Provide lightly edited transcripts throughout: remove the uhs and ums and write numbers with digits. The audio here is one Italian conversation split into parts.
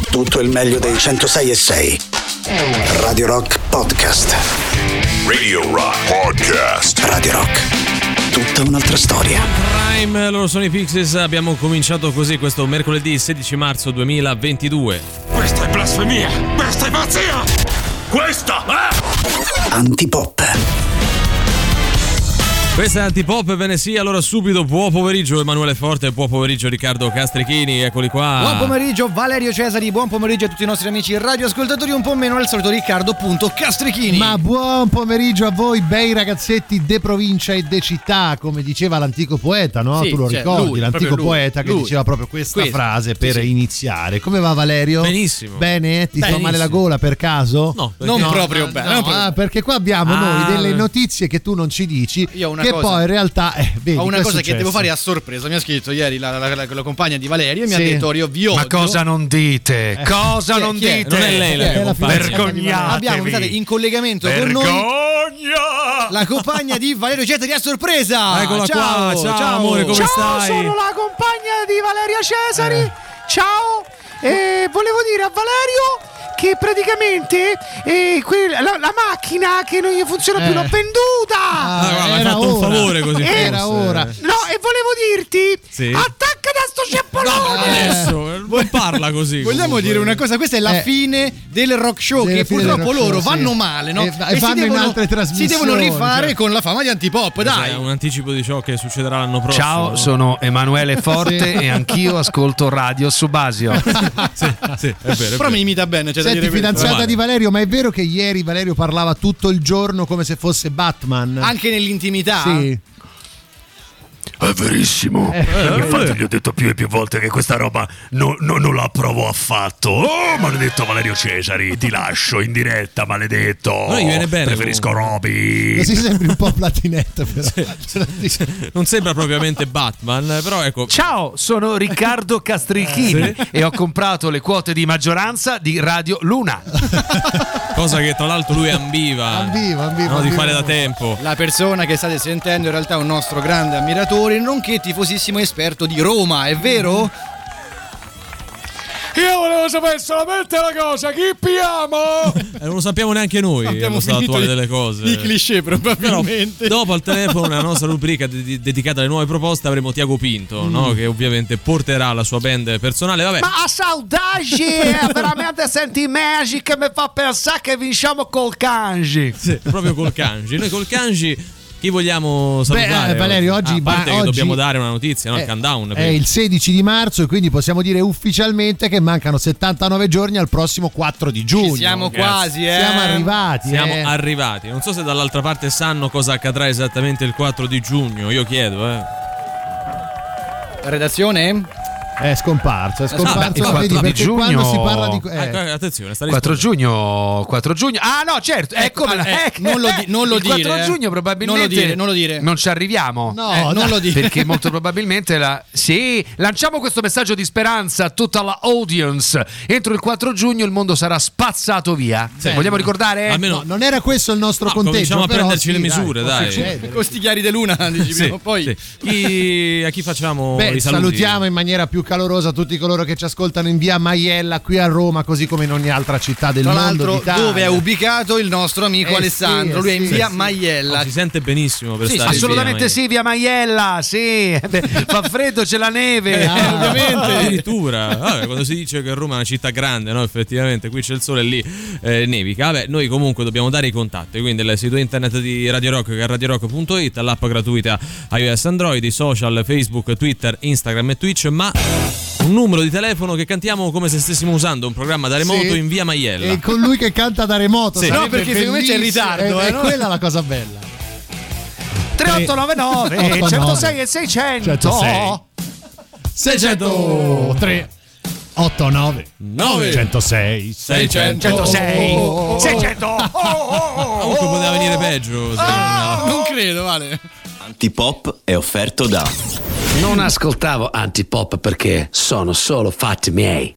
tutto il meglio dei 106.6. Radio Rock Podcast. Radio Rock Podcast. Radio Rock. Tutta un'altra storia. Prime, loro sono i Pixies. Abbiamo cominciato così questo mercoledì 16 marzo 2022. Questa è blasfemia! Questa è pazzia! Questa è Antipop. Questa è Antipop, ve ne sia. Allora subito buon pomeriggio Emanuele Forte, buon pomeriggio Riccardo Castrichini, eccoli qua. Buon pomeriggio Valerio Cesari, buon pomeriggio a tutti i nostri amici radioascoltatori, un po' meno al solito Riccardo Castrichini. Ma buon pomeriggio a voi bei ragazzetti de provincia e de città, come diceva l'antico poeta, no? Sì, tu lo ricordi, lui, l'antico poeta che lui. diceva proprio questa frase per sì. iniziare. Come va Valerio? Benissimo. Bene? Ti fa male la gola per caso? No, Non proprio bene. Perché qua abbiamo noi delle notizie che tu non ci dici, Io ho una che cosa. poi in realtà vedi, Ho una che è cosa che successo? devo fare a sorpresa. Mi ha scritto ieri la compagna di Valerio e mi ha detto io vi odio. Ma cosa non dite? Cosa non chi è? dite? Non è lei la È mia la compagna. Vergognatevi. Abbiamo pensate, in collegamento con noi Vergogna! la compagna di Valerio Cesari a sorpresa. Eccola ciao, qua, ciao amore, come stai? Sono la compagna di Valerio Cesari. Ciao. Volevo dire a Valerio che praticamente la macchina che non gli funziona più l'ho venduta. Guarda, hai fatto un favore così. Era forse. ora. No, e volevo dirti, Sì. attacca da sto ceppolone. Adesso non parla così. Vogliamo comunque. dire una cosa, questa è la fine del rock show, Della che fine del purtroppo rock loro show, vanno sì. male, no? E vanno in altre si trasmissioni, devono rifare cioè. con la fama di Antipop, dai. È un anticipo di ciò che succederà l'anno prossimo. Ciao, sono Emanuele Forte e anch'io ascolto Radio Subasio. Sì, è vero. Però mi imita bene, c'è da Senti, dire questo. fidanzata Guarda. di Valerio, ma è vero che ieri Valerio parlava tutto il giorno come se fosse Batman? Anche nell'intimità. Sì. È verissimo. Infatti gli ho detto più e più volte che questa roba non la approvo affatto. Oh, maledetto Valerio Cesari, ti lascio in diretta, maledetto. No, gli viene bene, Preferisco Roby. Così sembri un po' platinetto, però. Non sembra propriamente Batman, però ecco. Ciao, sono Riccardo Castrichini e ho comprato le quote di maggioranza di Radio Luna. Cosa che tra l'altro lui ambiva. No, di fare da tempo. La persona che state sentendo in realtà è un nostro grande ammiratore, nonché tifosissimo esperto di Roma, è vero? Io volevo sapere solamente una cosa, chi piamo? Non lo sappiamo neanche noi Abbiamo lo stato finito attuale delle cose. I cliché Però probabilmente. dopo al telefono nella nostra rubrica dedicata alle nuove proposte avremo Tiago Pinto, no? Che ovviamente porterà la sua band personale. Vabbè. Ma a saudade veramente senti Magic che mi fa pensare che vinciamo col Kanji. Sì, proprio col Kanji. Noi col Kanji chi vogliamo salutare? Valerio, oggi a parte che oggi dobbiamo dare una notizia, no? Il countdown. È il 16 di marzo e quindi possiamo dire ufficialmente che mancano 79 giorni al prossimo 4 di giugno. Ci siamo quasi, Siamo arrivati. Siamo arrivati. Non so se dall'altra parte sanno cosa accadrà esattamente il 4 di giugno. Io chiedo, Redazione? È scomparso, il 4 vedi, di perché giugno- quando si parla di attenzione, sta 4 rispondendo. giugno. Ah no, certo, Non lo il 4 dire, giugno probabilmente non lo dire. non ci arriviamo. No, non lo dire. Perché molto probabilmente lanciamo questo messaggio di speranza a tutta la audience. Entro il 4 giugno il mondo sarà spazzato via. Vogliamo ricordare? Almeno non era questo il nostro No, conteggio, cominciamo a però prenderci sì, le misure, può dai. succedere. Con sti chiari di luna, dici prima o poi. Sì. A chi facciamo i saluti? Salutiamo in maniera più calorosa tutti coloro che ci ascoltano in via Maiella qui a Roma, così come in ogni altra città del Tra mondo l'altro, d'Italia. dove è ubicato il nostro amico Alessandro? Lui è in via Maiella. Si sente benissimo per Sì, stare Assolutamente via, sì, via Maiella, sì. Fa freddo, c'è la neve. Ovviamente. Addirittura. Vabbè, quando si dice che Roma è una città grande, no? Effettivamente qui c'è il sole e lì nevica. Vabbè, noi comunque dobbiamo dare i contatti, quindi il sito internet di Radio Rock, che è radiorock.it, l'app gratuita iOS Android, i social Facebook, Twitter, Instagram e Twitch, ma un numero di telefono che cantiamo come se stessimo usando un programma da remoto Sì. in via Maiella. E con lui che canta da remoto. Sì. sarebbe No, perché secondo me c'è in bellissimo. ritardo, È no? quella la cosa bella. 3899 106 e 600 603 89 9 106 600 106 600 Comunque poteva venire peggio. Non credo, vale. Antipop è offerto da Non ascoltavo Antipop perché sono solo fatti miei.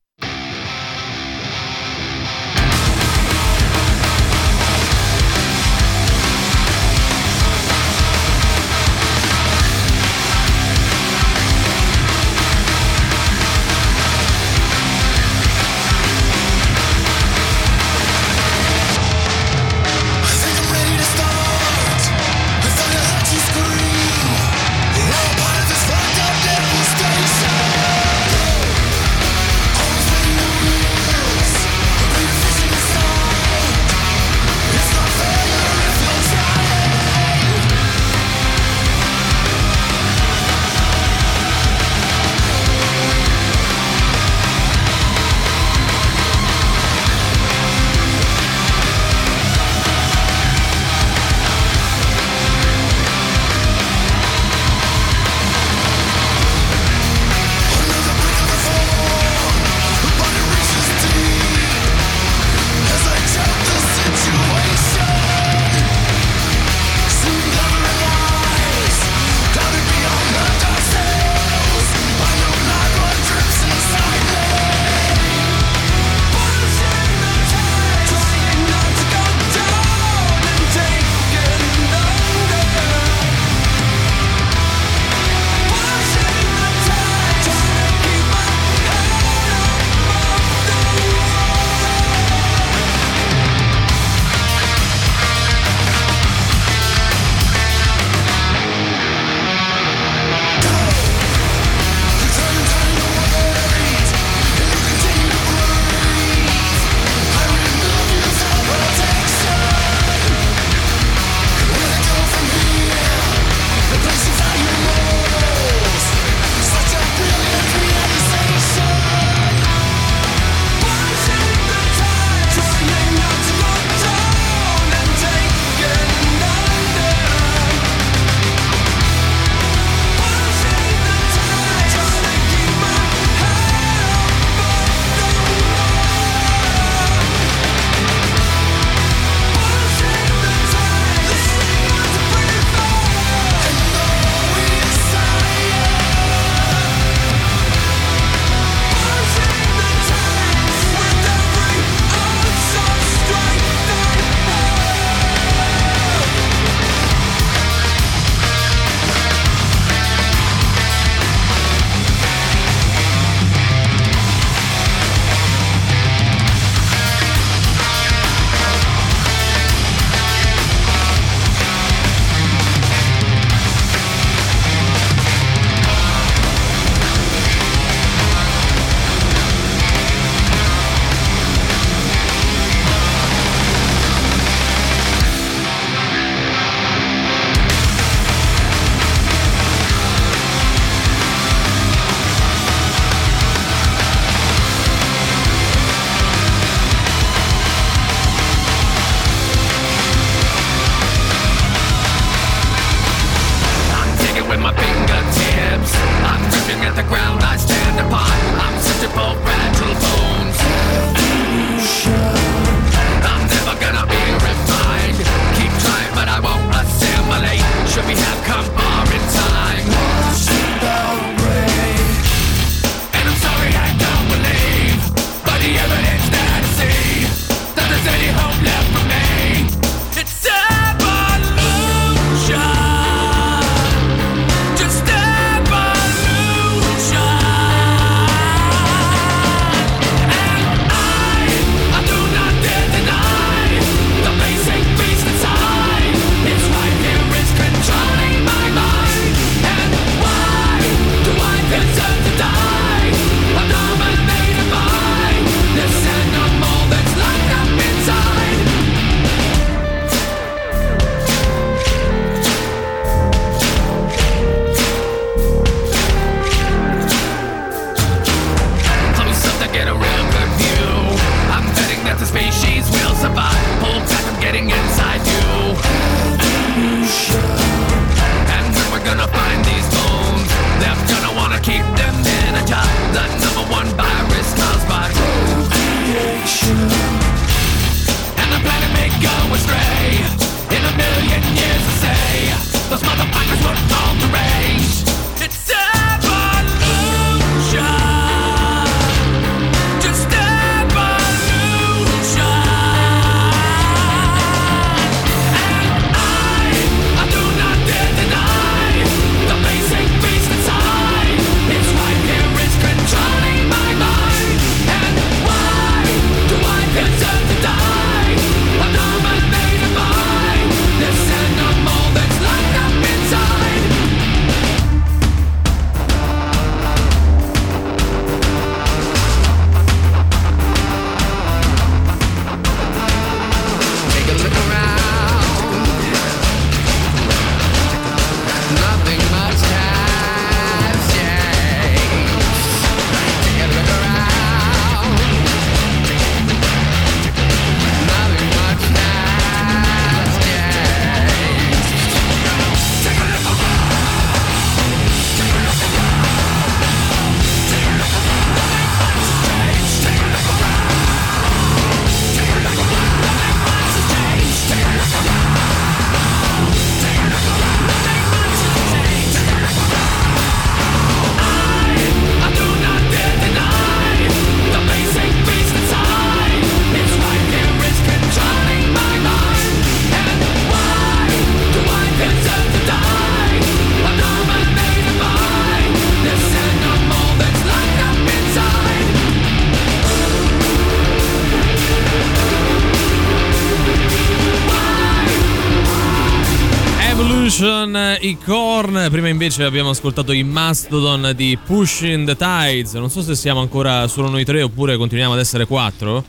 Destruction, i Korn. Prima invece abbiamo ascoltato i Mastodon di Pushing the Tides. Non so se siamo ancora solo noi tre oppure continuiamo ad essere quattro.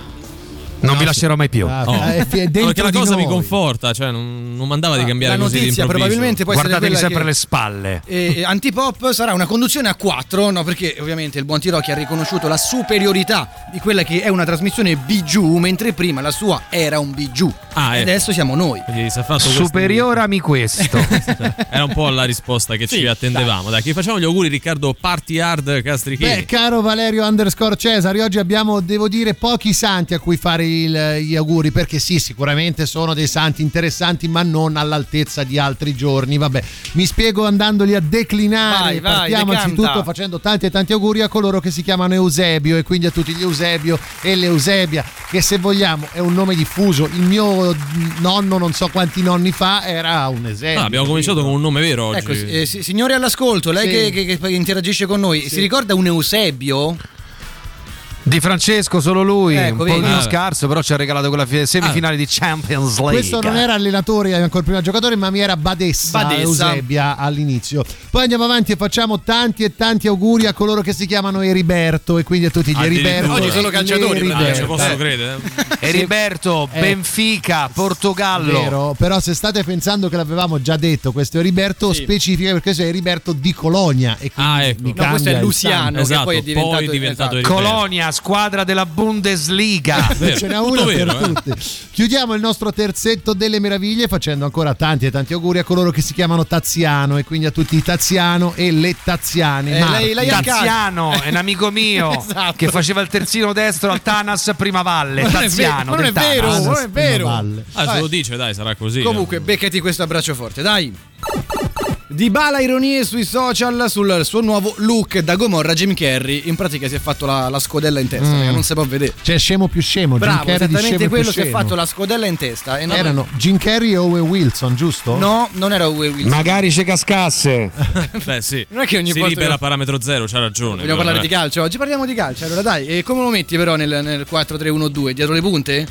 Non vi lascerò mai più. Perché la cosa mi conforta, cioè non mandava di cambiare la così notizia probabilmente può essere Guardatevi quella sempre che le spalle. Antipop sarà una conduzione a 4, no, perché ovviamente il buon Tirocchi ha riconosciuto la superiorità di quella che è una trasmissione bigiù, mentre prima la sua era un bigiù. E adesso siamo noi. Quindi si è fatto Superiorami questo. Era un po' la risposta che ci attendevamo. Dai, che facciamo gli auguri, Riccardo Party Hard Castrichini. Beh, caro Valerio _Cesari, oggi abbiamo, devo dire, pochi santi a cui fare gli auguri, perché sì, sicuramente sono dei santi interessanti, ma non all'altezza di altri giorni. Vabbè, mi spiego andandoli a declinare. Partiamo anzitutto facendo tanti e tanti auguri a coloro che si chiamano Eusebio, e quindi a tutti gli Eusebio e l'Eusebia, che se vogliamo è un nome diffuso. Il mio nonno, non so quanti nonni fa, era un Eusebio. Abbiamo cominciato con un nome vero oggi. Ecco, signori all'ascolto, lei che interagisce con noi, si ricorda un Eusebio? Di Francesco solo lui, un po' scarso, però ci ha regalato quella semifinale di Champions League. Questo non era allenatore, ancora prima giocatore, ma mi era Badessa. Eusebia all'inizio. Poi andiamo avanti e facciamo tanti e tanti auguri a coloro che si chiamano Eriberto, e quindi a tutti gli Eriberto. Oggi sono calciatori, non ci posso credere. Eriberto, Benfica, Portogallo. Vero, però se state pensando che l'avevamo già detto, questo Eriberto specifica, perché questo è Eriberto di Colonia, e quindi no, questo è Luciano, che poi è diventato Colonia, squadra della Bundesliga. Ce n'è una per tutti. Chiudiamo il nostro terzetto delle meraviglie facendo ancora tanti e tanti auguri a coloro che si chiamano Taziano, e quindi a tutti i Taziano e le Taziane. Taziano è un amico mio che faceva il terzino destro al Tanas Prima Valle. Taziano, non è vero, non è vero. Se lo dice, dai, sarà così. Comunque, beccati questo abbraccio forte, dai. Dybala ironie sui social sul suo nuovo look da Gomorra Jim Carrey. In pratica si è fatto la scodella in testa, non si può vedere. Cioè scemo più scemo. Bravo, Jim Carrey esattamente quello, si è scemo. fatto la scodella in testa. Erano Jim Carrey e Owen Wilson, giusto? No, non era Owen Wilson. Magari ci cascasse. Beh sì, non è che ogni si volta libera parametro zero, c'ha ragione. Vogliamo parlare di calcio? Oggi parliamo di calcio, allora dai. E come lo metti però nel 4-3-1-2? Dietro le punte?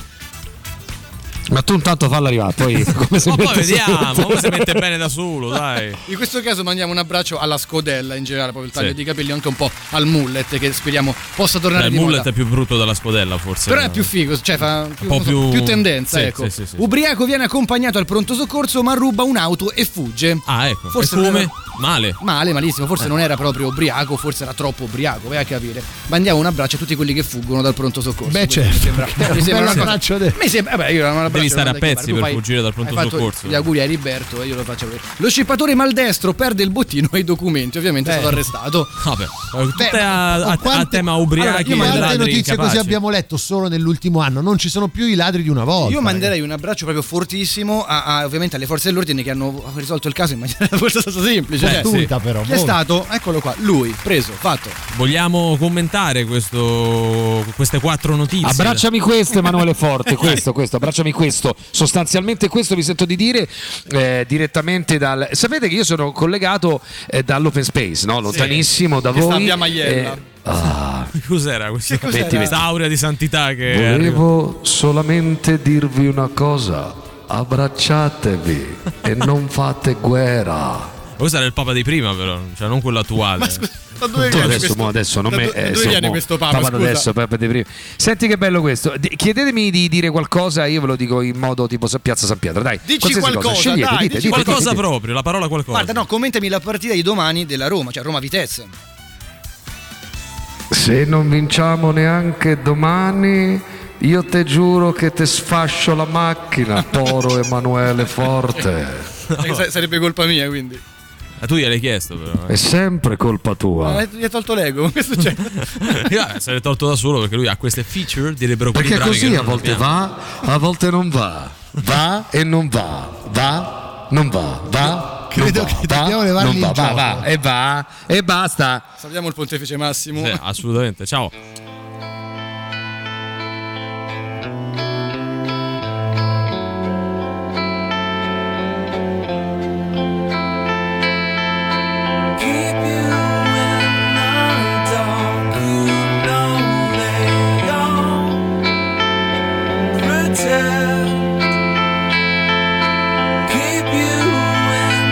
Ma tu intanto falla arrivare, poi come si poi vediamo, come si mette bene da solo, dai. In questo caso mandiamo un abbraccio alla scodella in generale, proprio il taglio di capelli, anche un po' al mullet, che speriamo possa tornare di moda. Il mullet è più brutto della scodella, forse. Però è più figo, cioè fa più tendenza, ecco. Sì. Ubriaco viene accompagnato al pronto soccorso, ma ruba un'auto e fugge. Ecco. Forse come? Male, malissimo. Forse non era proprio ubriaco, forse era troppo ubriaco, vai a capire. Mandiamo un abbraccio a tutti quelli che fuggono dal pronto soccorso. Beh, certo. Mi sembra un abbraccio. Devi stare a pezzi per fuggire dal pronto soccorso. Gli auguri a Heriberto e io lo faccio vedere. Lo scippatore maldestro perde il bottino e i documenti, ovviamente è stato arrestato. Vabbè, tutte a tema ubriachi. Io quante notizie incapaci. così abbiamo letto solo nell'ultimo anno? Non ci sono più i ladri di una volta. Io manderei un abbraccio proprio fortissimo ovviamente alle forze dell'ordine che hanno risolto il caso in maniera forse semplice. Però è stato, eccolo qua, lui preso, fatto. Vogliamo commentare queste 4 notizie? Abbracciami questo, Emanuele Forte, questo, abbracciami questo. Sostanzialmente questo vi sento di dire direttamente dal... Sapete che io sono collegato dall'open space, no? Lontanissimo da voi. Sta via Maiella. Cos'era questa aurea di santità che volevo solamente dirvi una cosa: abbracciatevi e non fate guerra. Questo era il papa di prima, però, cioè non quello attuale. Ma scusa, da dove viene questo papa? Adesso, Peppe di prima. Senti che bello questo. Chiedetemi di dire qualcosa, io ve lo dico in modo tipo Piazza San Pietro. Dai, dici qualcosa, scegliete, dai, dite qualcosa proprio, la parola qualcosa. Guarda, no, commentami la partita di domani della Roma, cioè Roma-Vitesse. Se non vinciamo neanche domani, io te giuro che te sfascio la macchina, Toro Emanuele Forte. Sarebbe colpa mia, quindi. Tu gliel'hai chiesto, però. È sempre colpa tua. Gli ha tolto l'ego. Che succede? Se l'è tolto da solo perché lui ha queste feature, direbbero quelli perché bravi. Perché così a volte va, a volte non va. Va e non va. Va, non va. Va. Credo che dobbiamo levargli il gioco. Va e va e basta. Salviamo il Pontefice Massimo. Sì, assolutamente. Ciao. Keep you in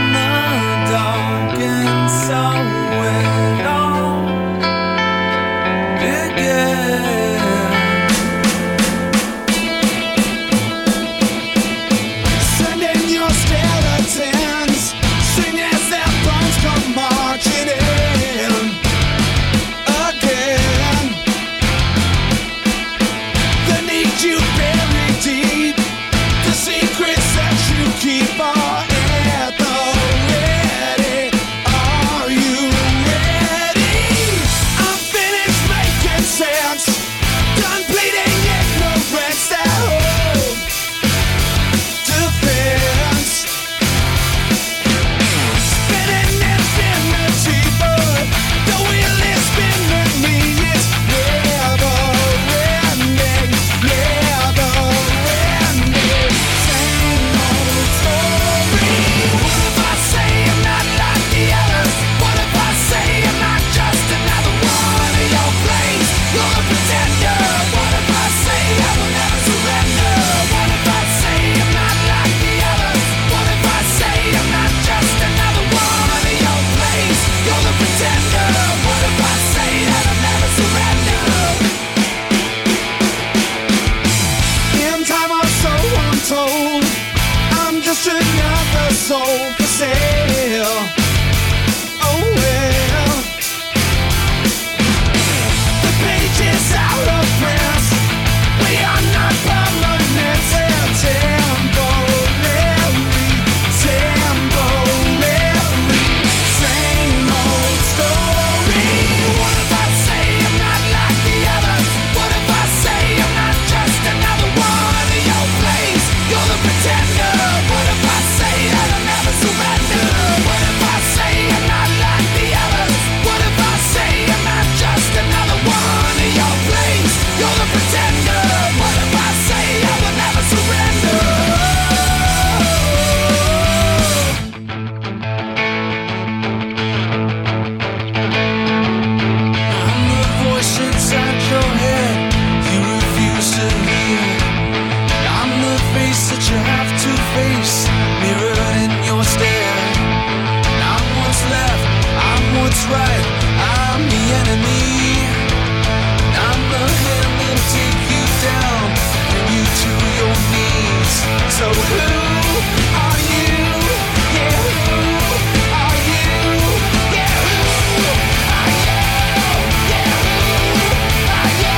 right, I'm the enemy. I'm the hand that'll take you down, bring you to your knees. So who are you? Yeah, who are you? Yeah, who are you? Yeah, who are you?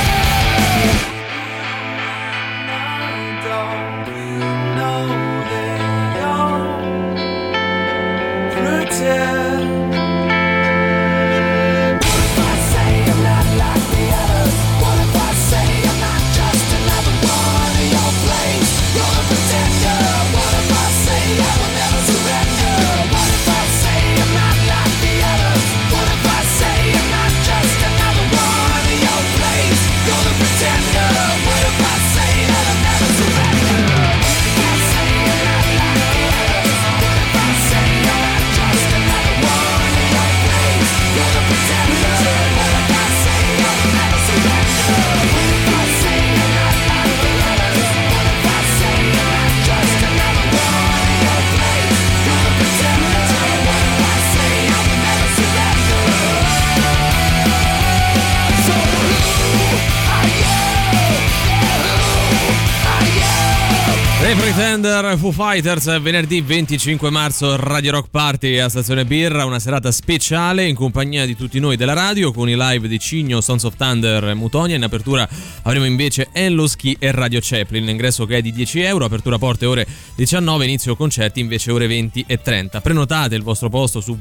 Don't you know that you're pretend? What if I say I'm not like the others? What if I say I'm not just another one of your plays? You're a pretender. What if I say I will never surrender? What if I say I'm not like the others? What if I say I'm not just another one of your plays? You're the pretender. What if I say that I'll never surrender? What if I say I'm not like the others? What if I say I'm not just another one of your plays? You're the pretender. What if I say I will never surrender? What if I say I'm not like the others? What if I say I'm not just another one of your plays? You're the pretender. What if I say I will never surrender? So who are you? Yeah, who are you? The Pretender, Foo Fighters, venerdì 25 marzo, Radio Rock Party a Stazione Birra, una serata speciale in compagnia di tutti noi della radio con i live di Cigno, Sons of Thunder e Mutonia. In apertura avremo invece Enloschi e Radio Chaplin, l'ingresso che è di €10, apertura porte ore 19, inizio concerti invece ore 20 e 30. Prenotate il vostro posto su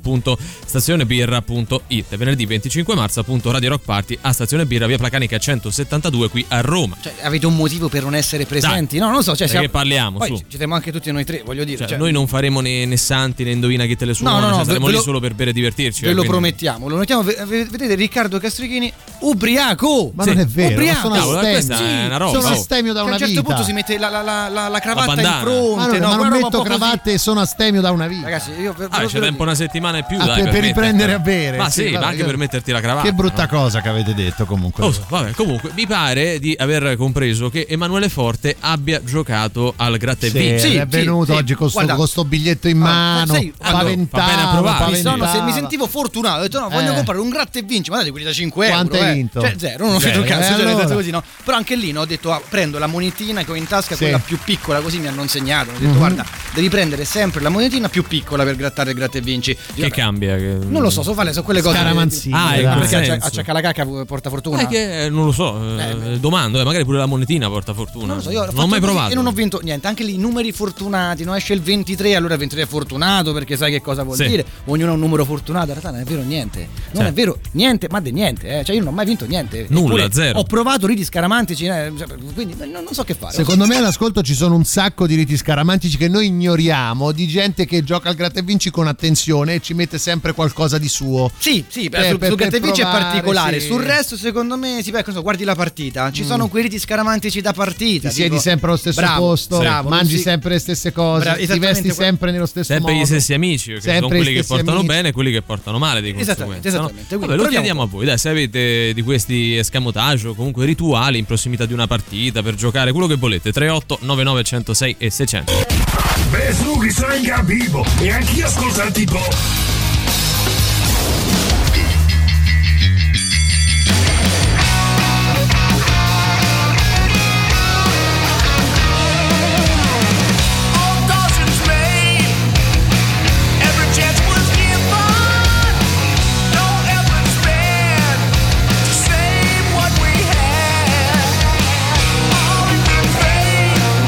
www.stazionebirra.it. Venerdì 25 marzo appunto Radio Rock Party a Stazione Birra, via Placanica 172 qui a Roma. Cioè, avete un motivo per non essere presenti? Dai. No, non lo so, cioè Perché parliamo, poi su. ci siamo anche tutti noi tre, voglio dire. Cioè, noi non faremo né santi né indovina chi te le suona, No, cioè, saremo ve lì lo- solo per bere e divertirci. Ve lo quindi- promettiamo, lo notiamo. Vedete Riccardo Castrichini ubriaco. Ma non è vero, ubriaco. sono Cavolo, astemio. questa è una roba. Sono astemio da Che a una un certo vita. punto si mette la cravatta in bandana. fronte. Ma no? non Una roba metto un po' cravatte e sono astemio da una vita. Ragazzi, io ve Ah, lo c'è dico. tempo una settimana e più, Ah, dai, per riprendere a bere. Ma sì, ma vabbè, anche per metterti la cravatta. Che brutta no? cosa che avete detto comunque. Oh, vabbè, comunque mi pare di aver compreso che Emanuele Forte abbia giocato al gratta e Sì, vinci. è venuto oggi con Guarda. sto biglietto in mano, sai, fa bene a paventava, provare. Mi sentivo fortunato, ho detto no, voglio comprare un gratta e vinci, ma date quelli da 5 euro. Quanto hai vinto? Cioè zero, non ho Zero, fatto il cazzo, allora. così no. Però anche lì no, ho detto prendo la monetina che ho in tasca, Sì. quella più piccola, così mi hanno insegnato. Ho detto guarda, devi prendere sempre la monetina più piccola per grattare il gratta e vinci. Che cambia? Non lo so, sono quelle cose. Scaramanzini. Ah, in dai. quel Perché senso. acciacca la cacca porta fortuna. Che non lo so, domando, magari pure la monetina porta fortuna. Non lo so, io non ho mai provato. E non ho vinto niente, anche lì i numeri fortunati, no? Esce il 23, allora il 23 è fortunato perché sai che cosa vuol Sì. dire. Ognuno ha un numero fortunato, in realtà non è vero niente. Non Sì. è vero niente, ma di niente, Cioè io non ho mai vinto niente. Nulla, Eppure zero. Ho provato riti scaramantici, quindi non so che fare. Secondo me all'ascolto ci sono un sacco di riti scaramantici che noi ignoriamo, di gente che gioca al gratta e vinci con attenzione e ci mette sempre qualcosa di suo. Sì, sul per gratta e vinci è provare, particolare. sì. Sul resto, secondo me, guardi la partita. Ci sono quei riti scaramantici da partita. Ti siedi tipo, sempre allo stesso bravo, posto, bravo, mangi non si- sempre le stesse cose, Bravo, ti esattamente vesti sempre nello stesso Sempre modo. gli stessi amici, che sono Sempre quelli gli che stessi portano amici. bene e quelli che portano male di conseguenza. Esattamente. No? Quindi Vabbè, lo proviamo chiediamo a voi, dai, se avete di questi escamotage o comunque rituali in prossimità di una partita per giocare, quello che volete. 38 99 106 e 600. Beh, su, chi sono in capivo e anch'io ascolto il tipo.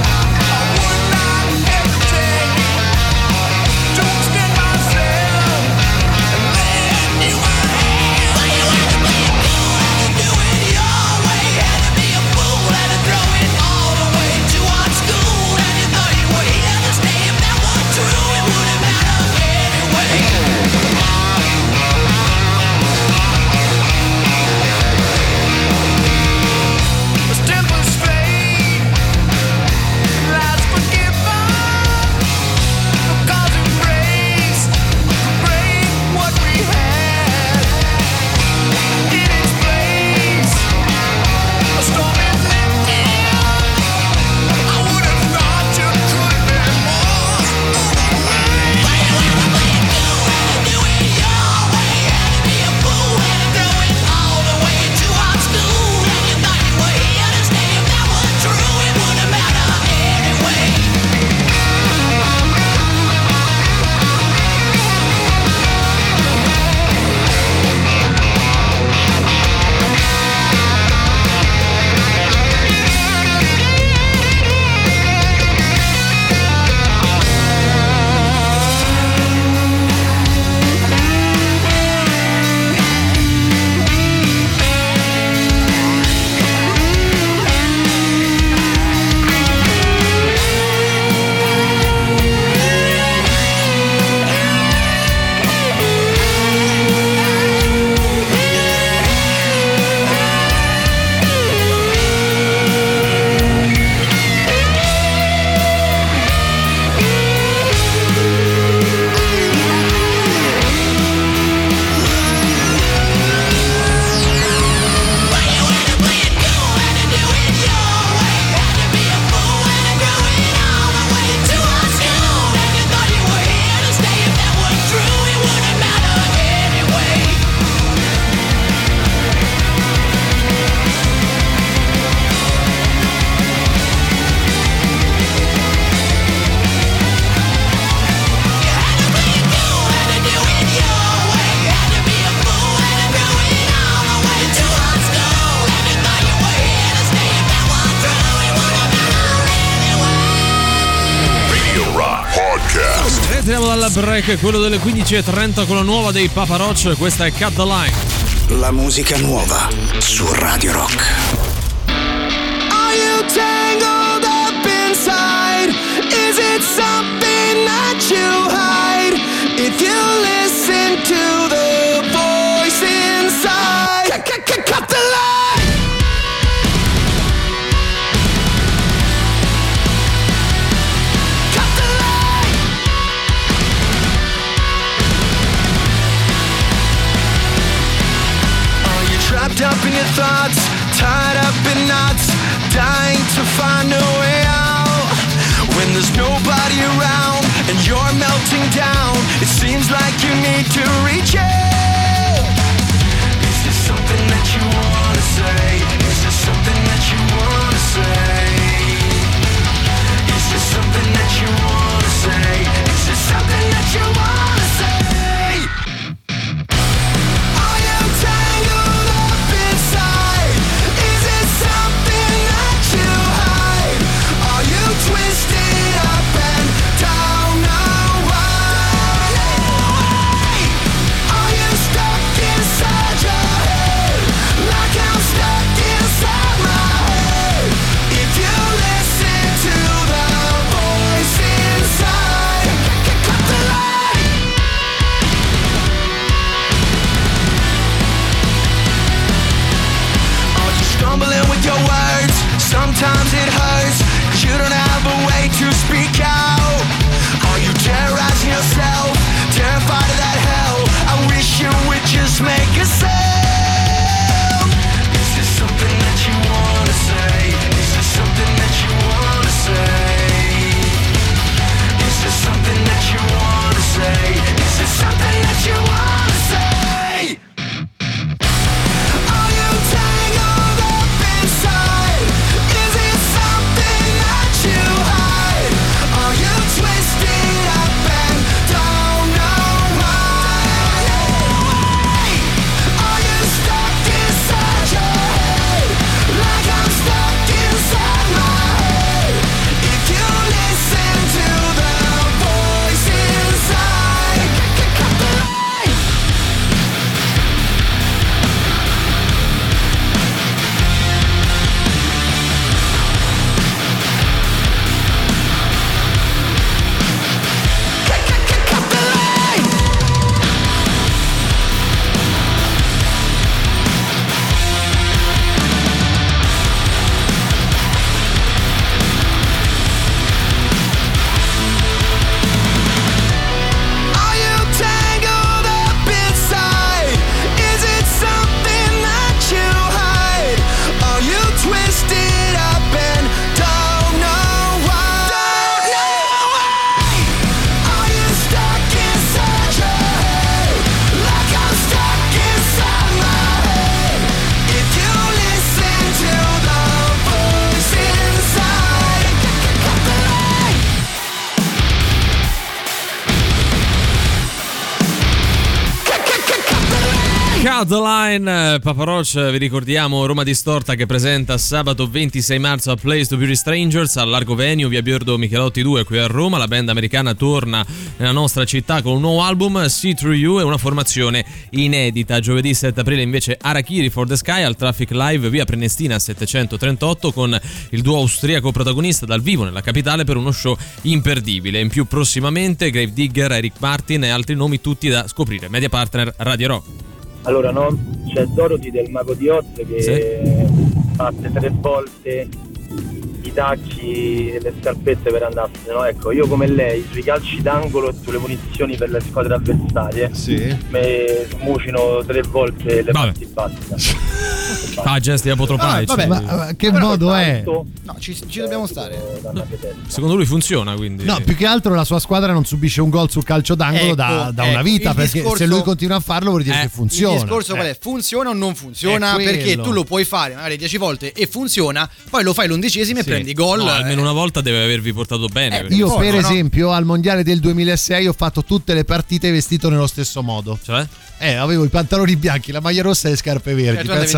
Don't stand myself rientriamo dalla break, quello delle 15:30 con la nuova dei Papa Roach. Questa è Cut the Line. La musica nuova su Radio Rock. Are you tangled up inside? Is it something that you hide? If you listen to the voice inside, cut the line. Cut the line. Are you trapped up in your thoughts, tied up in knots, dying to find a way out? When there's nobody around and you're melting down, it seems like you need to reach out. Is there something that you wanna say? Is there something that you wanna say? Is there something that you wanna say? Is there something that you wanna say? Are you tangled up inside? Is it something that you hide? Are you twisted up and down away? Are you stuck inside your head? Like I'm stuck inside my head. If you listen to the voice inside, cut the line. Are you stumbling with your words? Sometimes it hurts, 'cause you don't have a way to speak out. Are you terrorizing yourself, terrified of that hell? I wish you would just make a sound. Is there something that you wanna say? Is there something that you wanna say? Is there something that you wanna say? Is there something that you wanna say? Are you tangled up inside? Is it something that you hide? Are you twisted up and don't know why? Are you stuck inside your head? Like I'm stuck inside my head. If you listen to the voice inside, cut the line. Cut the line. Are you tangled up inside? Is it something that you hide? Are you twisted up and don't know why? Are you stuck inside your head? Like I'm stuck inside my head. If you listen to the voice inside, cut the line. Cut the Line, Papa Roach, vi ricordiamo Roma Distorta che presenta sabato 26 marzo a Place to Beauty Strangers al Largo Venue, via Bierdo Michelotti 2 qui a Roma. La band americana torna nella nostra città con un nuovo album, See Through You, e una formazione inedita. Giovedì 7 aprile invece Harakiri for the Sky al Traffic Live via Prenestina 738 con il duo austriaco protagonista dal vivo nella capitale per uno show imperdibile. In più prossimamente Gravedigger, Eric Martin e altri nomi tutti da scoprire. Media partner Radio Rock. Allora, no, c'è Dorothy del Mago di Oz che batte 3 volte i tacchi e le scarpette per andarsene, no? Ecco, io come lei sui calci d'angolo e sulle munizioni per le squadre avversarie mi smucino 3 volte le parti basse. Gesti apotropaici. Vabbè, ma che modo è? No, ci dobbiamo stare. Secondo lui funziona, quindi. No, più che altro la sua squadra non subisce un gol sul calcio d'angolo da una vita, perché se lui continua a farlo vuol dire che funziona. Il discorso qual è? Funziona o non funziona? Perché tu lo puoi fare magari 10 volte e funziona, poi lo fai l'11esimo e prendi gol. No, almeno una volta deve avervi portato bene. Io per esempio al mondiale del 2006 ho fatto tutte le partite vestito nello stesso modo. Cioè? Avevo i pantaloni bianchi, la maglia rossa e le scarpe verdi. Tu andavi in giro con i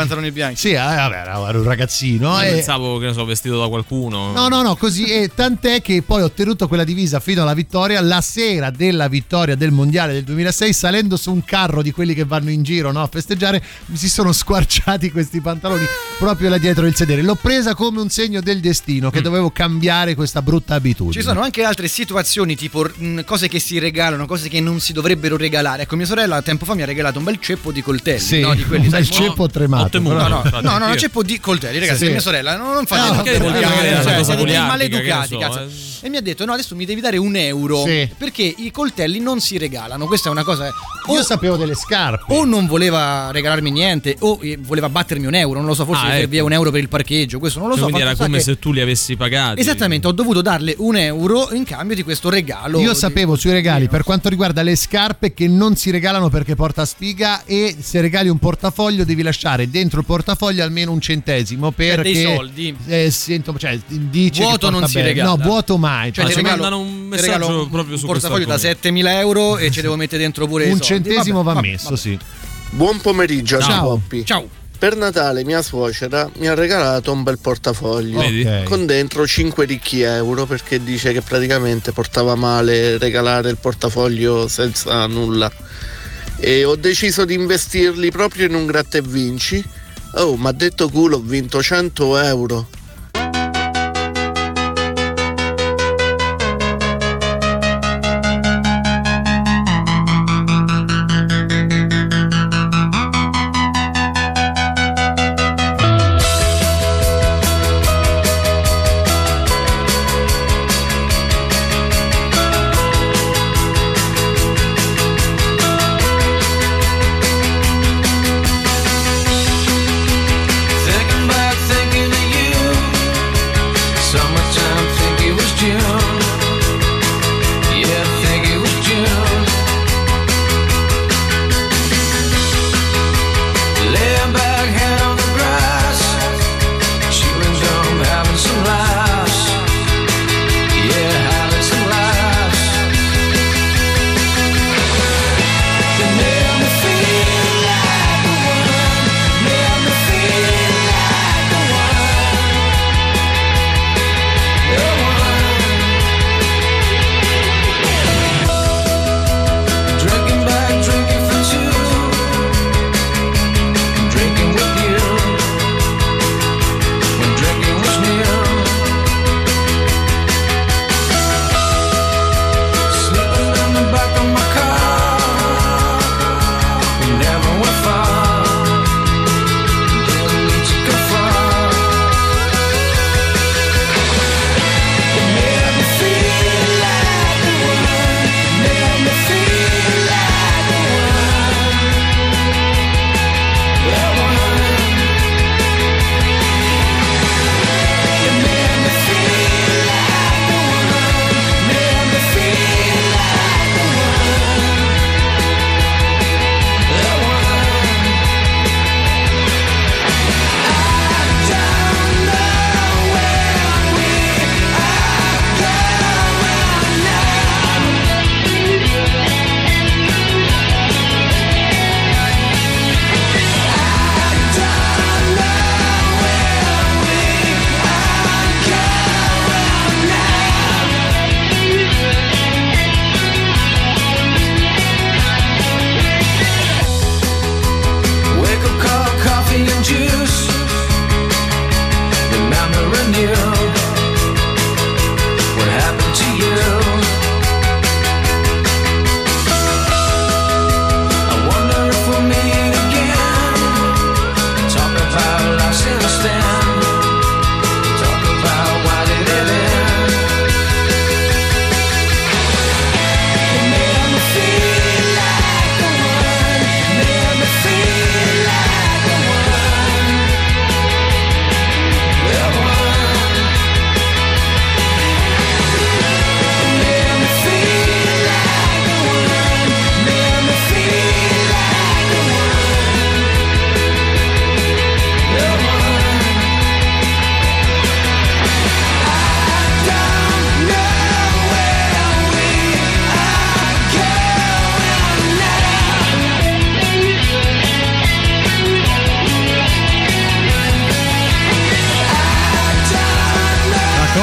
pantaloni bianchi. Sì, vabbè, era un ragazzino. Pensavo che ne so, vestito da qualcuno. No, così. E tant'è che poi ho ottenuto quella divisa fino alla vittoria. La sera della vittoria del mondiale del 2006, salendo su un carro di quelli che vanno in giro, no, a festeggiare, mi si sono squarciati questi pantaloni proprio là dietro il sedere. L'ho presa come un segno del destino, che dovevo cambiare questa brutta abitudine. Ci sono anche altre situazioni, tipo cose che si regalano, cose che non si dovrebbero regalare. Ecco, mia sorella tempo fa mi ha regalato un bel ceppo di coltelli, sì, no? Di quelli, un bel ceppo tremato. No, ceppo di coltelli, ragazzi. Sì. Mia sorella non fa siete dei maleducati, cazzo. E mi ha detto: no, adesso mi devi dare €1, sì, perché i coltelli non si regalano. Questa è una cosa. Io sapevo delle scarpe. O non voleva regalarmi niente, o voleva battermi €1, non lo so, forse serviva €1 per il parcheggio, questo non lo so. Quindi era come se tu li avessi pagati. Esattamente, ho dovuto darle €1 in cambio di questo regalo. Io sapevo sui regali, per quanto riguarda le scarpe, che non si regalano perché porta sfiga, e se regali un portafoglio devi lasciare dentro il portafoglio almeno un centesimo, perché dei soldi. Dice vuoto non si regala. No, vuoto mai. Cioè, ti mandano un messaggio proprio su un portafoglio da €7.000 e ci devo mettere dentro pure un i soldi. centesimo va messo, sì. Buon pomeriggio, ciao Poppi. Ciao. Per Natale mia suocera mi ha regalato un bel portafoglio, con dentro 5 ricchi euro, perché dice che praticamente portava male regalare il portafoglio senza nulla, e ho deciso di investirli proprio in un gratta e vinci. Oh, mi ha detto culo, ho vinto €100.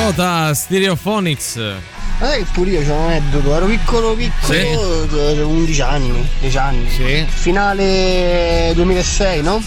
Rota Stereophonics. Pure io c'ho un aneddoto, ero piccolo, Sì. 11 anni, 10 anni. Sì. Finale 2006, no?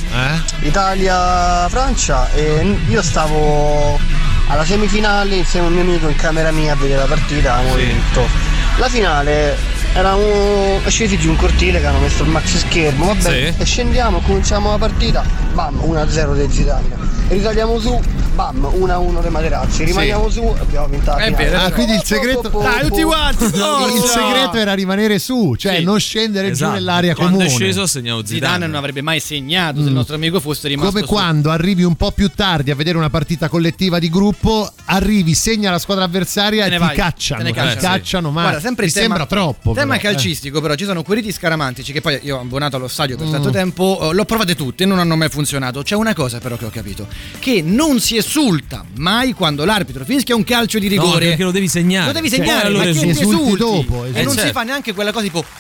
Italia-Francia, e io stavo alla semifinale insieme a un mio amico in camera mia a vedere la partita, avevamo vinto. La finale eravamo scesi giù un cortile che hanno messo il maxi schermo, vabbè, e scendiamo, cominciamo la partita, bam, 1-0 del Zidane. Risaliamo su, bam, 1-1 dei Materazzi, rimaniamo su e abbiamo vinto la finale. Quindi il segreto tutti quanti, il segreto era rimanere su, cioè non scendere giù nell'area Quando comune. è sceso ha segnato Zidane non avrebbe mai segnato se il nostro amico fosse rimasto Come su. quando arrivi un po' più tardi a vedere una partita collettiva di gruppo, arrivi, segna la squadra avversaria e ti cacciano, ma guarda, sempre mi sembra troppo. Tema però. calcistico, però ci sono quei riti scaramantici che poi io ho abbonato allo stadio per tanto tempo, l'ho provate tutte e non hanno mai funzionato. C'è una cosa però che ho capito, che non si esulta mai quando l'arbitro fischia un calcio di rigore. No, perché lo devi segnare. Lo devi segnare, allora ma che ti esulti dopo, e non si fa neanche quella cosa tipo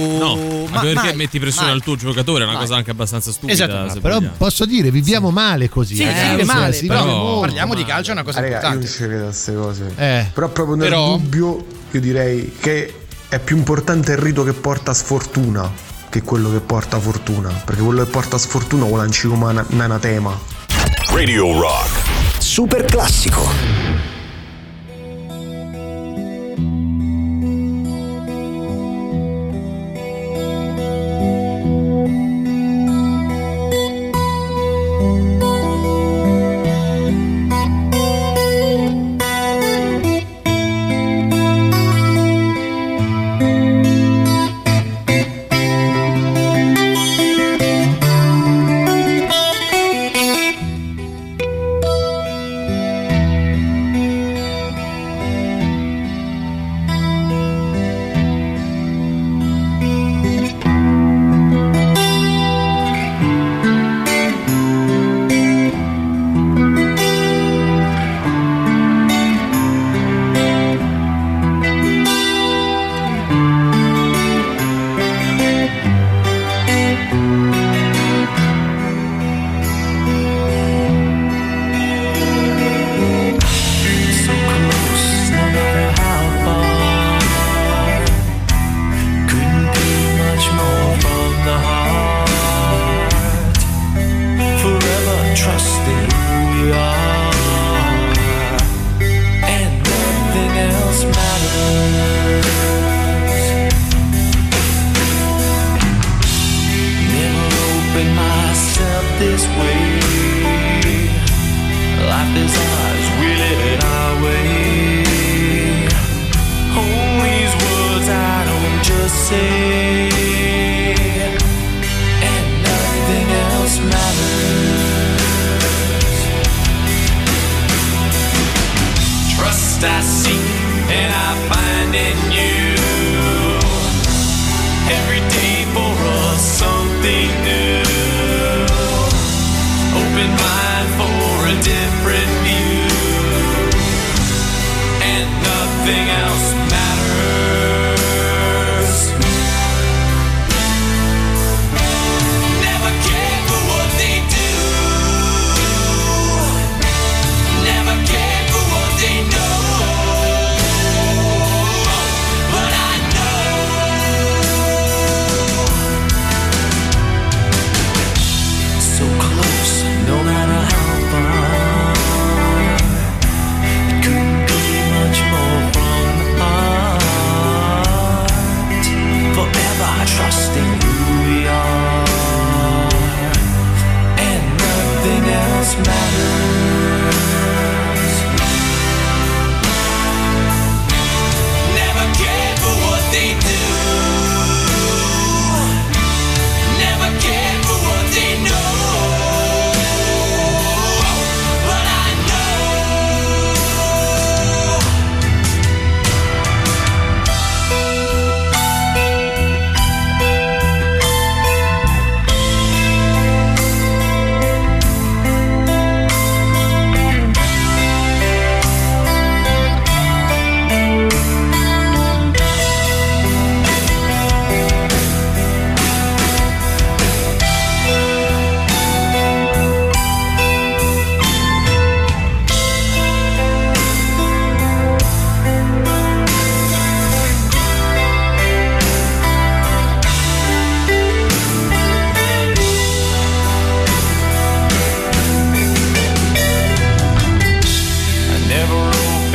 anche perché metti pressione mai. al tuo giocatore, è una cosa anche abbastanza stupida. Esatto. se Però vogliamo. posso dire, viviamo male così. Sì, vive male, si però vive molto parliamo di male. calcio, è una cosa Io importante. non ci credo a queste cose. Però proprio nel dubbio io direi che è più importante il rito che porta sfortuna che quello che porta fortuna, perché quello che porta sfortuna vuole lanciare come un anatema. Radio Rock. Super classico. But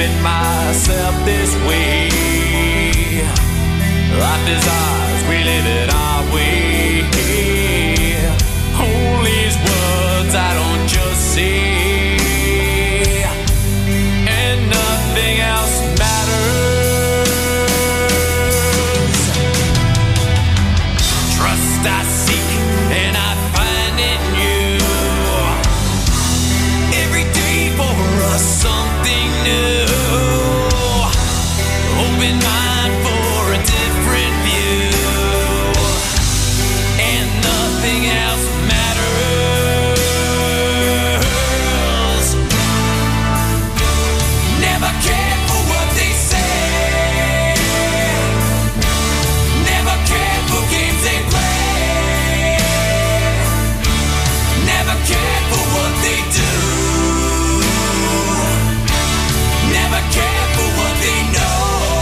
keeping myself this way. Life is ours, we live it our way. All these words I don't just say, and nothing else matters. Trust I seek and I find in you. Every day for us something new. Open mind for a different view, and nothing else matters. Never care for what they say, never care for games they play, never care for what they do, never care for what they know.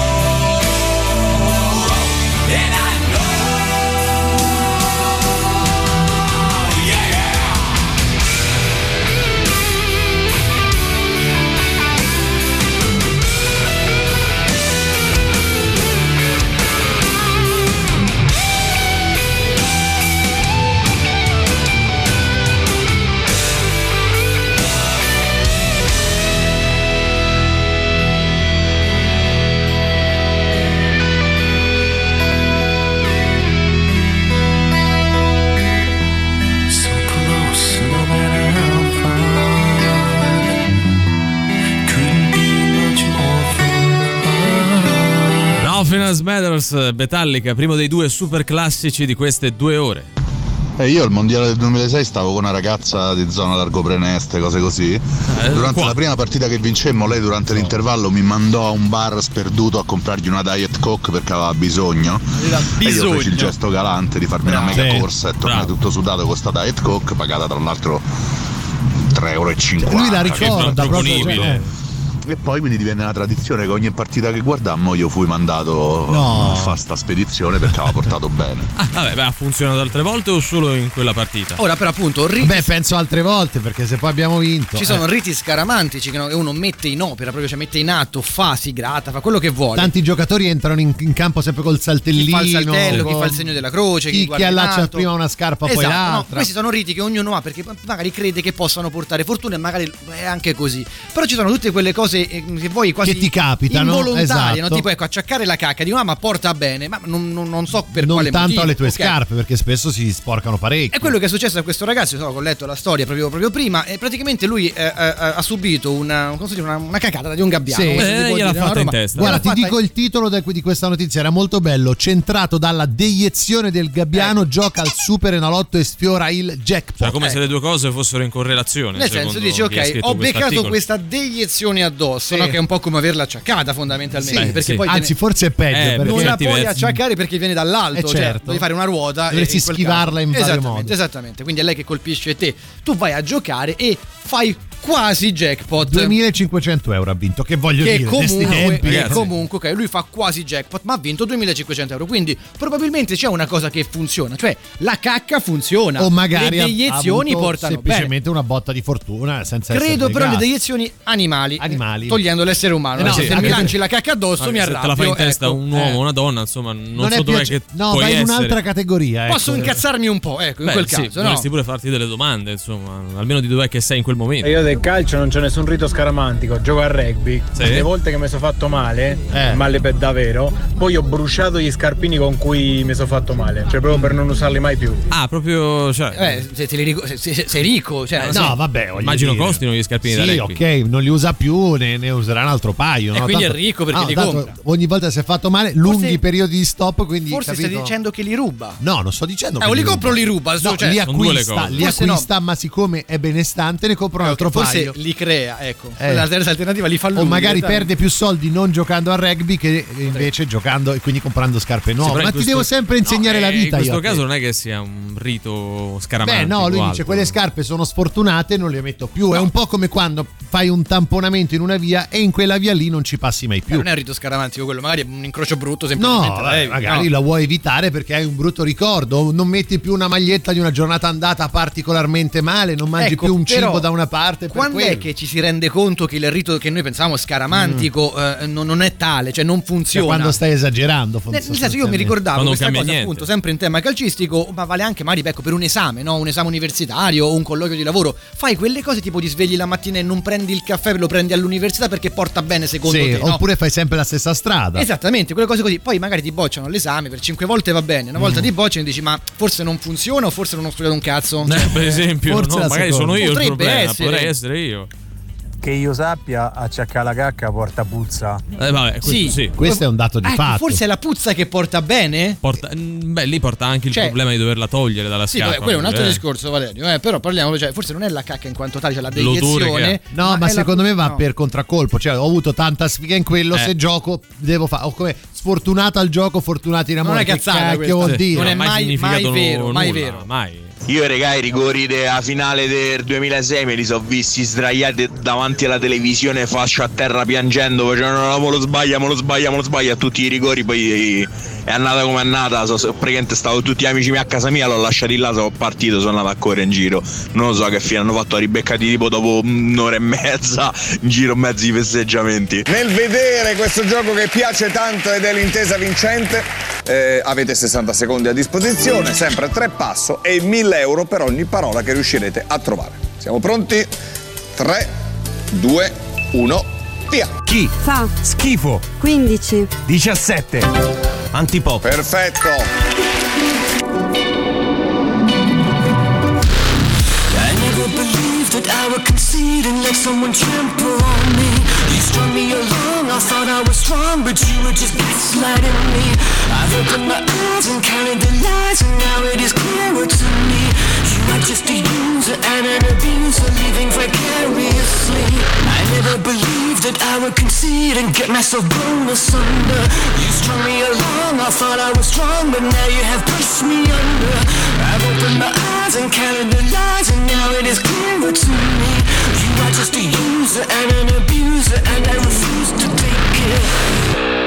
And I know, yeah. So close, no matter how far. Couldn't be much more from Nothing Else Matters, Metallica, primo dei due super classici di queste 2 ore. Io al mondiale del 2006 stavo con una ragazza di zona Largo Preneste, cose così. Durante la prima partita che vincemmo, lei durante l'intervallo mi mandò a un bar sperduto a comprargli una Diet Coke perché aveva bisogno. E io feci il gesto galante di farmi una mega corsa e tornai tutto sudato con sta Diet Coke, pagata tra l'altro 3,50 €. Lui la ricorda proprio. E poi quindi divenne una tradizione che ogni partita che guardammo io fui mandato a fare sta spedizione perché aveva portato bene. Vabbè, ha funzionato altre volte o solo in quella partita? Ora però appunto penso altre volte, perché se poi abbiamo vinto ci sono riti scaramantici che uno mette in opera, proprio, cioè mette in atto, fa, si gratta, fa quello che vuole. Tanti giocatori entrano in campo sempre col saltellino, chi fa il saltello, chi fa il segno della croce, chi allaccia prima una scarpa poi l'altra. No, questi sono riti che ognuno ha perché magari crede che possano portare fortuna e magari è anche così. Però ci sono tutte quelle cose che voi quasi che ti capitano, involontarie, esatto. no? Tipo ecco, acciaccare la cacca, dico ma porta bene, ma non so per non quale tanto motivo. alle tue scarpe, perché spesso si sporcano parecchio. È quello che è successo a questo ragazzo, ho letto la storia proprio prima, e praticamente lui ha subito una cacata di un gabbiano. Sì. Gliel'ha fatta in testa. Guarda, ti dico il titolo di questa notizia, era molto bello: centrato dalla deiezione del gabbiano, gioca al Super Enalotto e sfiora il jackpot. Cioè, come se le due cose fossero in correlazione. Nel senso dici ok, ho beccato questa deiezione addosso, no? Che è un po' come averla acciaccata fondamentalmente, perché poi anzi forse è peggio, perché non la puoi acciaccare perché viene dall'alto, certo. cioè devi fare una ruota, dovresti schivarla in vario modo. Esattamente, quindi è lei che colpisce te, tu vai a giocare e fai quasi jackpot. 2.500 euro ha vinto, che voglio dire, comunque ok, lui fa quasi jackpot ma ha vinto 2.500 euro, quindi probabilmente c'è una cosa che funziona, cioè la cacca funziona, o magari le deiezioni portano semplicemente bene. una botta di fortuna senza credo però le deiezioni animali togliendo l'essere umano, se mi lanci la cacca addosso mi arrabbio, se te la fa in testa un uomo, una donna, insomma non so dov'è che vai essere. in un'altra categoria, posso incazzarmi un po', ecco, in quel caso dovresti pure farti delle domande, insomma, almeno di dov'è che sei in quel momento. Io del calcio non c'è nessun rito scaramantico, gioco a rugby, le volte che mi sono fatto male per davvero, poi ho bruciato gli scarpini con cui mi sono fatto male, cioè proprio per non usarli mai più. Proprio, cioè sei ricco, cioè no vabbè, immagino costino gli scarpini da rugby. Ok, non li usa più, ne userà un altro paio, e quindi è ricco perché li compra. Ogni volta si è fatto male, lunghi periodi di stop, quindi forse stai dicendo che li ruba. No, non sto dicendo o li compro o li ruba, cioè, li acquista, ma siccome è benestante ne compra un altro paio. Forse li crea, ecco. La terza alternativa li fa lui. O magari perde più soldi non giocando a rugby che invece giocando e quindi comprando scarpe nuove. Ma ti devo sempre insegnare la vita. In questo caso non è che sia un rito scaramantico. Beh, no, lui dice quelle scarpe sono sfortunate, non le metto più. È un po' come quando fai un tamponamento in una via e in quella via lì non ci passi mai più. Non è un rito scaramantico quello, magari è un incrocio brutto semplicemente. No, magari la vuoi evitare perché hai un brutto ricordo, non metti più una maglietta di una giornata andata particolarmente male, non mangi più un cibo da una parte quando è che ci si rende conto che il rito che noi pensavamo scaramantico non è tale, cioè non funziona? Quando stai esagerando, nel senso, io mi ricordavo questa cosa appunto sempre in tema calcistico, ma vale anche magari per un esame, no? Un esame universitario o un colloquio di lavoro. Fai quelle cose tipo ti svegli la mattina e non prendi il caffè, lo prendi all'università perché porta bene secondo te, no? Oppure fai sempre la stessa strada. Esattamente, quelle cose così. Poi magari ti bocciano all'esame per 5 volte, va bene, una volta ti bocciano e dici ma forse non funziona o forse non ho studiato un cazzo. Per esempio, forse no, magari sono io il problema, potrei essere io. Che io sappia, acciacca la cacca porta puzza. Vabbè, sì. Questo è un dato di fatto. Forse è la puzza che porta bene? Lì porta anche il problema di doverla togliere dalla scarpa. Sì, quello è un altro discorso, Valerio. Però parliamo, forse non è la cacca in quanto tale, c'è la deiezione. No, ma secondo me va per contraccolpo. Cioè, ho avuto tanta sfiga in quello. Se gioco, devo fare. O come sfortunato al gioco, fortunati in amore. Non è cazzata, che vuol dire? Non è mai vero, mai vero. Mai. Io i rigori della finale del 2006 me li so visti sdraiati davanti alla televisione, faccia a terra piangendo, facevano no, lo sbaglia, tutti i rigori, poi è andata come è andata, praticamente stavo tutti gli amici miei a casa mia, l'ho lasciati là, sono partito, sono andato a correre in giro, non lo so che fine hanno fatto, ribeccati tipo dopo un'ora e mezza in giro mezzi festeggiamenti. Nel vedere questo gioco che piace tanto ed è l'intesa vincente, avete 60 secondi a disposizione, sempre 3 passo e 1.000 euro per ogni parola che riuscirete a trovare. Siamo pronti? 3, 2, 1, via! Chi? Fa. Schifo. 15. 17. Antipop. Perfetto! I never believed that I would concede and let someone trample on me. You strung me along, I thought I was strong, but you were just gaslighting me. I've opened my eyes and counted the lies, and now it is clearer to me. You are just a user and an abuser, living vicariously. I never believed that I would concede and get myself blown asunder. You strung me along, I thought I was strong, but now you have pushed me under. I've opened my eyes and counted the lies, and now it is clearer to me. You are just a user and an abuser, and I refuse to take it.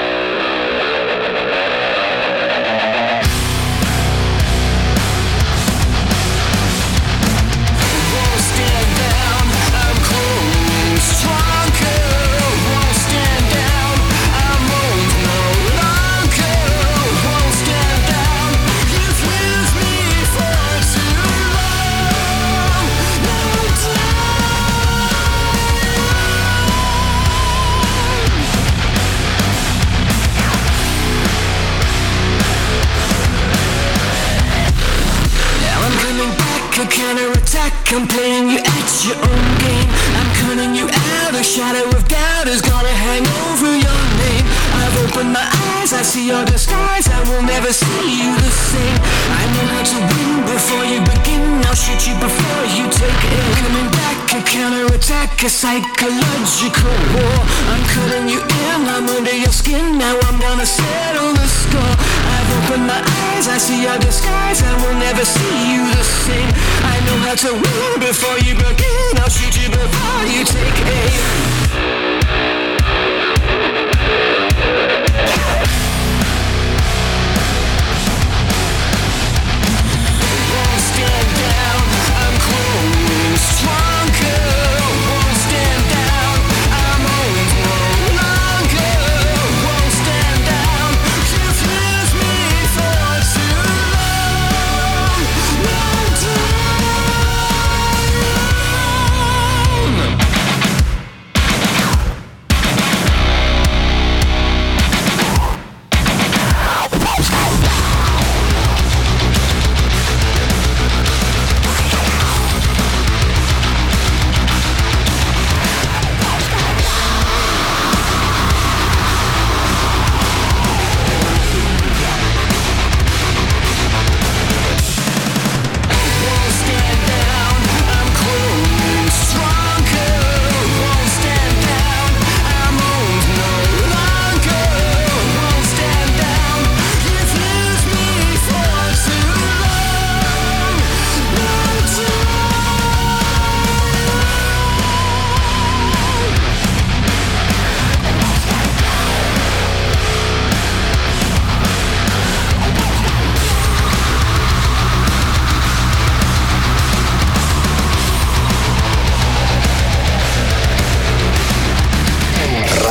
A counter-attack, I'm playing you at your own game. I'm cutting you out, a shadow of doubt is gonna hang over your name. I've opened my eyes, I see your disguise, I will never see you the same. I know how to win before you begin, I'll shoot you before you take it. Coming back, a counter-attack, a psychological war. I'm cutting you in, I'm under your skin, now I'm gonna settle the score. I've opened my eyes, I see your disguise, I will never see you the same. I know how to win before you begin, I'll shoot you before you take aim. Won't stand down, I'm growing stronger. Won't stand down, I'm old no longer. Won't stand down, you've left me for too long. Won't down.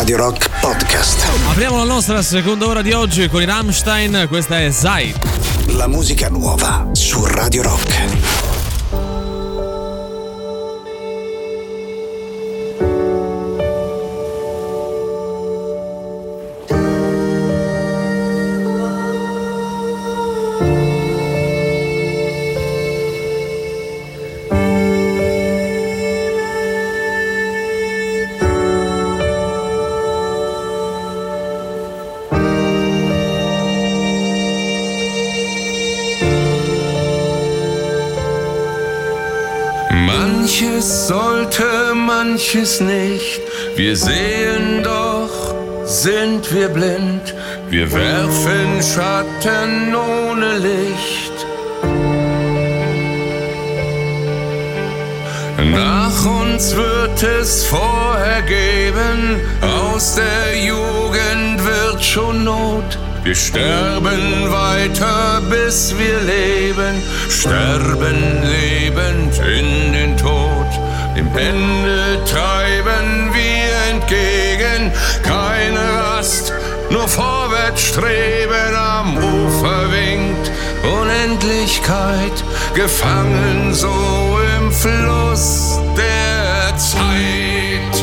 Radio Rock Podcast. Apriamo la nostra seconda ora di oggi con i Rammstein, questa è Zeit. La musica nuova su Radio Rock. Manches sollte, manches nicht. Wir sehen doch, sind wir blind. Wir werfen Schatten ohne Licht. Nach uns wird es vorher geben. Aus der Jugend wird schon Not. Wir sterben weiter, bis wir leben, sterben lebend in den Tod. Dem Ende treiben wir entgegen, keine Rast, nur vorwärts streben. Am Ufer winkt Unendlichkeit, gefangen so im Fluss der Zeit.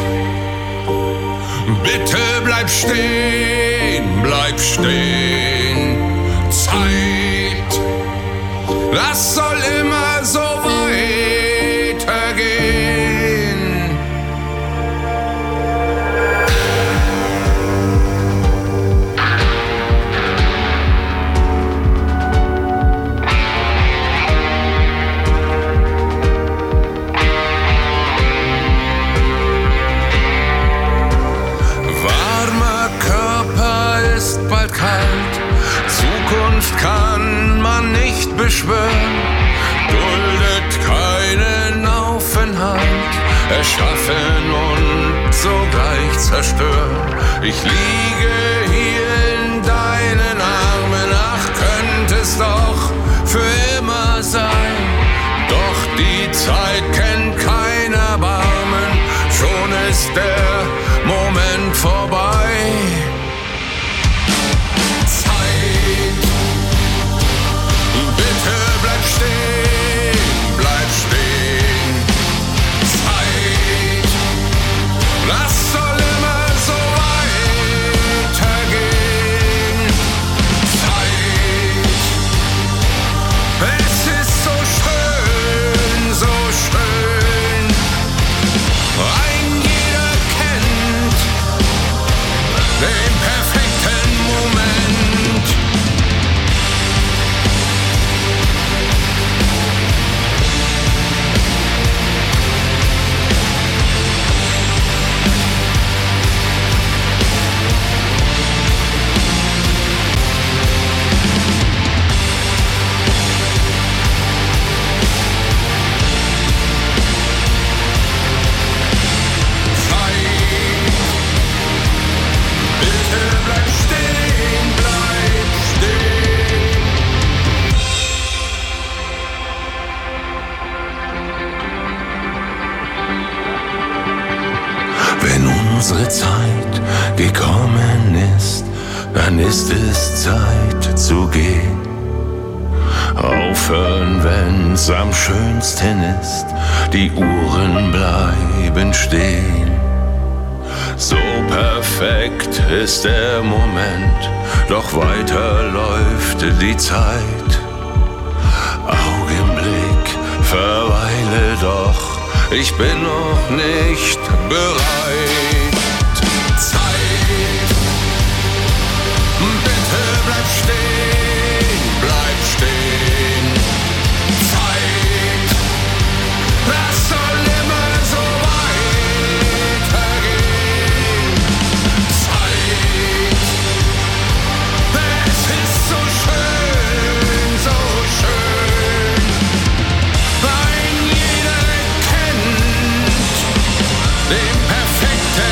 Bitte bleib stehen, bleib stehen. Zeit, das soll immer so weitergehen. Bald kalt, Zukunft kann man nicht beschwören, duldet keinen Aufenthalt, erschaffen und sogleich zerstören. Ich liege hier in deinen Armen, ach, könnte es doch für immer sein, doch die Zeit kennt kein Erbarmen, schon ist der Moment vorbei. Bleib stehen, Zeit, das soll immer so weitergehen. Zeit, es ist so schön, so schön. Ein jeder kennt den perfekten Moment. Unsere Zeit gekommen ist, dann ist es Zeit zu gehen. Aufhören, wenn's am schönsten ist, die Uhren bleiben stehen. So perfekt ist der Moment, doch weiter läuft die Zeit. Augenblick, verweile doch, ich bin noch nicht bereit. Zeit, bitte bleib stehen, bleib stehen. Zeit, das soll immer so weitergehen. Zeit, es ist so schön, so schön. Ein jeder kennt den perfekten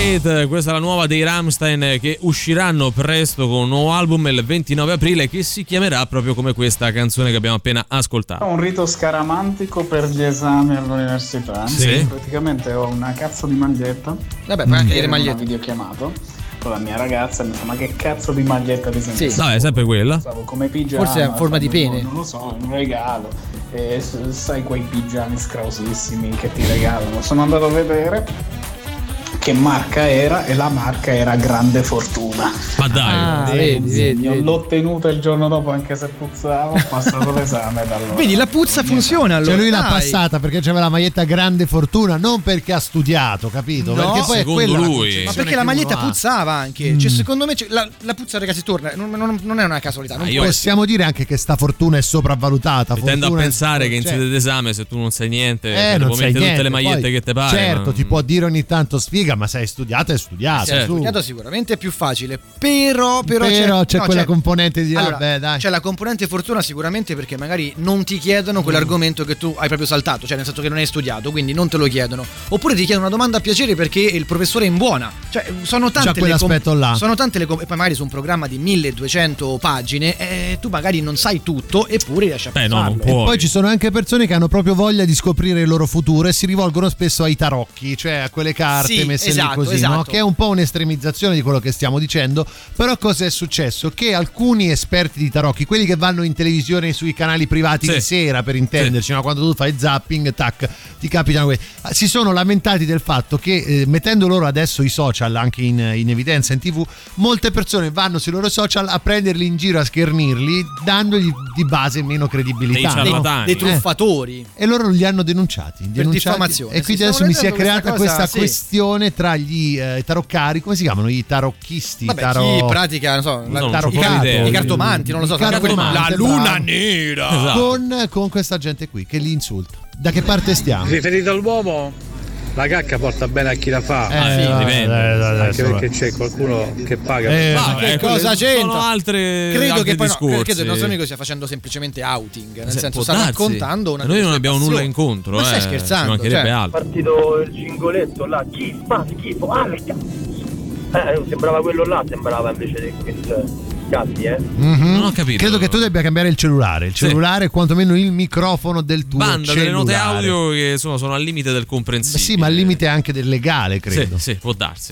Hate, questa è la nuova dei Rammstein che usciranno presto con un nuovo album il 29 aprile che si chiamerà proprio come questa canzone che abbiamo appena ascoltato. Ho un rito scaramantico per gli esami all'università. Sì. Praticamente ho una cazzo di maglietta. Vabbè, ma anche le Una magliette. videochiamato con la mia ragazza e mi fa: ma che cazzo di maglietta ti senti? No, è sempre quella. Come pigiama. Forse è in forma di pene. Non lo so, è un regalo. E sai quei pigiami scrausissimi che ti regalano. Sono andato a vedere che marca era e la marca era Grande Fortuna. Ma dai, vedi. L'ho tenuta il giorno dopo anche se puzzava, ho passato l'esame da allora. Vedi, la puzza funziona allora. Cioè lui l'ha dai. passata perché c'aveva la maglietta Grande Fortuna, non perché ha studiato, capito? No, perché poi secondo è quella lui. Ma perché la maglietta puzzava anche. Cioè, secondo me la puzza, ragazzi, torna. Non è una casualità. Non possiamo dire anche che sta fortuna è sopravvalutata. Tendo a pensare che in sede d'esame, se tu non sai niente, non sai niente, tutte le magliette poi, che te pare. Certo, ti può dire ogni tanto sfiga, ma se hai studiato è studiato. Se hai studiato sicuramente è più facile. Però c'è quella componente di allora, dai. C'è la componente fortuna sicuramente perché magari non ti chiedono quell'argomento che tu hai proprio saltato, cioè nel senso che non hai studiato, quindi non te lo chiedono. Oppure ti chiedono una domanda a piacere perché il professore è in buona. Cioè sono tante là. Sono tante e poi magari su un programma di 1200 pagine tu magari non sai tutto eppure riesci a farlo. E poi ci sono anche persone che hanno proprio voglia di scoprire il loro futuro e si rivolgono spesso ai tarocchi, cioè a quelle carte messe lì così, no? Che è un po' un'estremizzazione di quello che stiamo dicendo. Però cosa è successo? Che alcuni esperti di tarocchi, quelli che vanno in televisione sui canali privati di sera, per intenderci, no? Quando tu fai zapping, tac, ti capitano questi, si sono lamentati del fatto che mettendo loro adesso i social anche in evidenza in TV, molte persone vanno sui loro social a prenderli in giro, a schernirli, dandogli di base meno credibilità, dei truffatori, e loro li hanno denunciati per diffamazione. E quindi adesso mi si è creata questa questione tra gli taroccari, come si chiamano? I tarocchisti, chi pratica, non so, i cartomanti, non lo so, la luna nera. Esatto. Con questa gente qui che li insulta. Da che parte stiamo? Riferito all'uomo, la cacca porta bene a chi la fa. Dipende. Anche perché c'è qualcuno che paga. Ma che cosa c'entra? Sono credo che poi discorsi. credo che il nostro amico stia facendo semplicemente outing, nel senso sta darsi. raccontando una noi non abbiamo nulla in contro. Ma stai scherzando? Ci mancherebbe altro. È partito il cingoletto là, chi fa schifo? Sembrava quello là, sembrava invece di quel cazzi, Non ho capito. Credo che tu debbia cambiare il cellulare. Il cellulare, quantomeno il microfono del tuo banda cellulare. delle note audio che sono al limite del comprensibile. Sì, ma al limite anche del legale, credo. Sì, può darsi.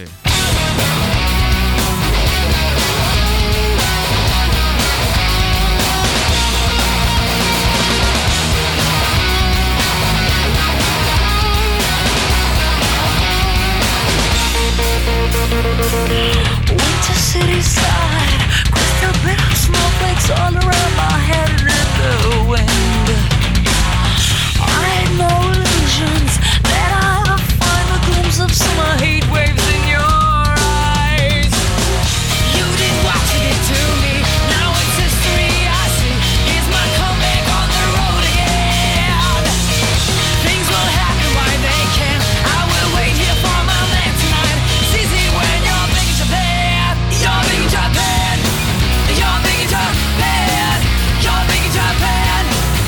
Winter city side, crystal bit of snowflakes all around my head and in the wind. I had no illusions that I would find a glimpse of summer heat waves in your eyes. You did what you did to me, now it's history. I see it's my comeback on the road again. Things will happen why they can. I will wait here for my man tonight. It's easy when you're big in Japan. You're big in Japan. You're big in Japan. You're big in Japan.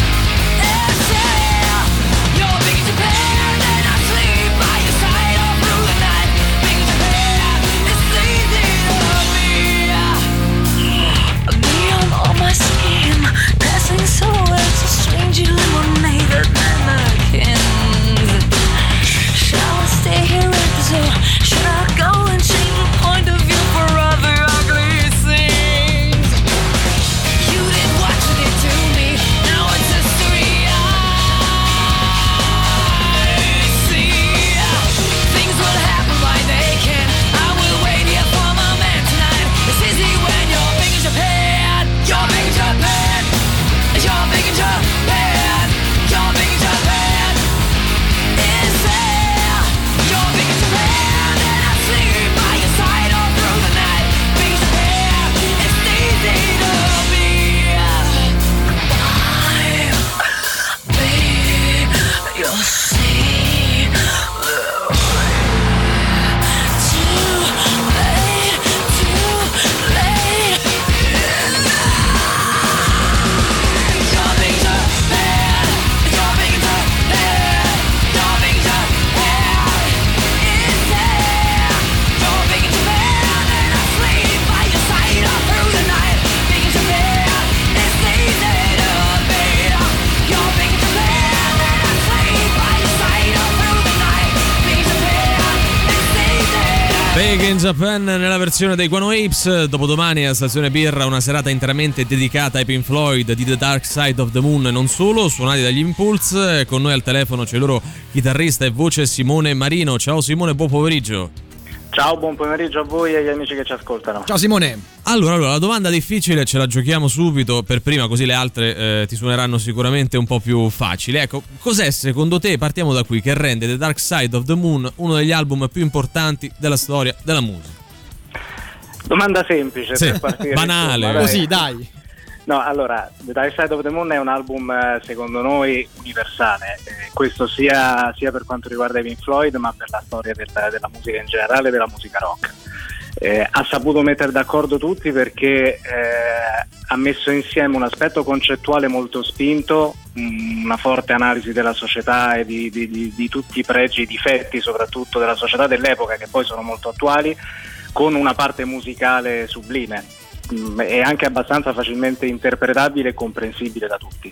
Made in Japan nella versione dei Guano Apes. Dopodomani a Stazione Birra una serata interamente dedicata ai Pink Floyd di The Dark Side of the Moon e non solo, suonati dagli Impulse. Con noi al telefono c'è il loro chitarrista e voce Simone Marino. Ciao Simone, buon pomeriggio. Ciao, buon pomeriggio a voi e agli amici che ci ascoltano. Ciao Simone. Allora, la domanda difficile ce la giochiamo subito per prima, così le altre ti suoneranno sicuramente un po' più facili. Ecco, cos'è secondo te, partiamo da qui, che rende The Dark Side of the Moon uno degli album più importanti della storia della musica? Domanda semplice, sì, per partire. Banale. Insomma, così, dai. No, allora, The Dark Side of the Moon è un album secondo noi universale, questo sia per quanto riguarda i Pink Floyd, ma per la storia della musica in generale, della musica rock. Ha saputo mettere d'accordo tutti perché ha messo insieme un aspetto concettuale molto spinto, una forte analisi della società e di tutti i pregi e difetti soprattutto della società dell'epoca, che poi sono molto attuali, con una parte musicale sublime. È anche abbastanza facilmente interpretabile e comprensibile da tutti.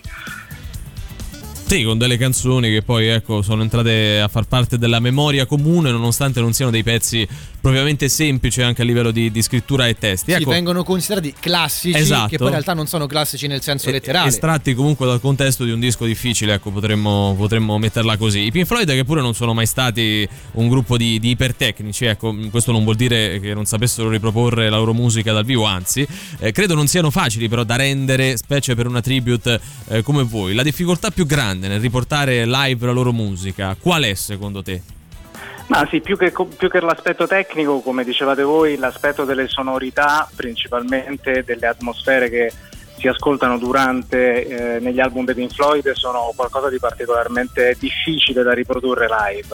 Sì, con delle canzoni che poi ecco sono entrate a far parte della memoria comune, nonostante non siano dei pezzi propriamente semplici anche a livello di scrittura e testi. Sì, ecco, vengono considerati classici, esatto, che poi in realtà non sono classici nel senso letterale. Estratti comunque dal contesto di un disco difficile, ecco, potremmo metterla così. I Pink Floyd, che pure non sono mai stati un gruppo di ipertecnici, ecco, questo non vuol dire che non sapessero riproporre la loro musica dal vivo, anzi, credo non siano facili però da rendere, specie per una tribute come voi. La difficoltà più grande nel riportare live la loro musica, qual è secondo te? Ma sì, più che l'aspetto tecnico, come dicevate voi, l'aspetto delle sonorità, principalmente delle atmosfere che si ascoltano durante negli album dei Pink Floyd, sono qualcosa di particolarmente difficile da riprodurre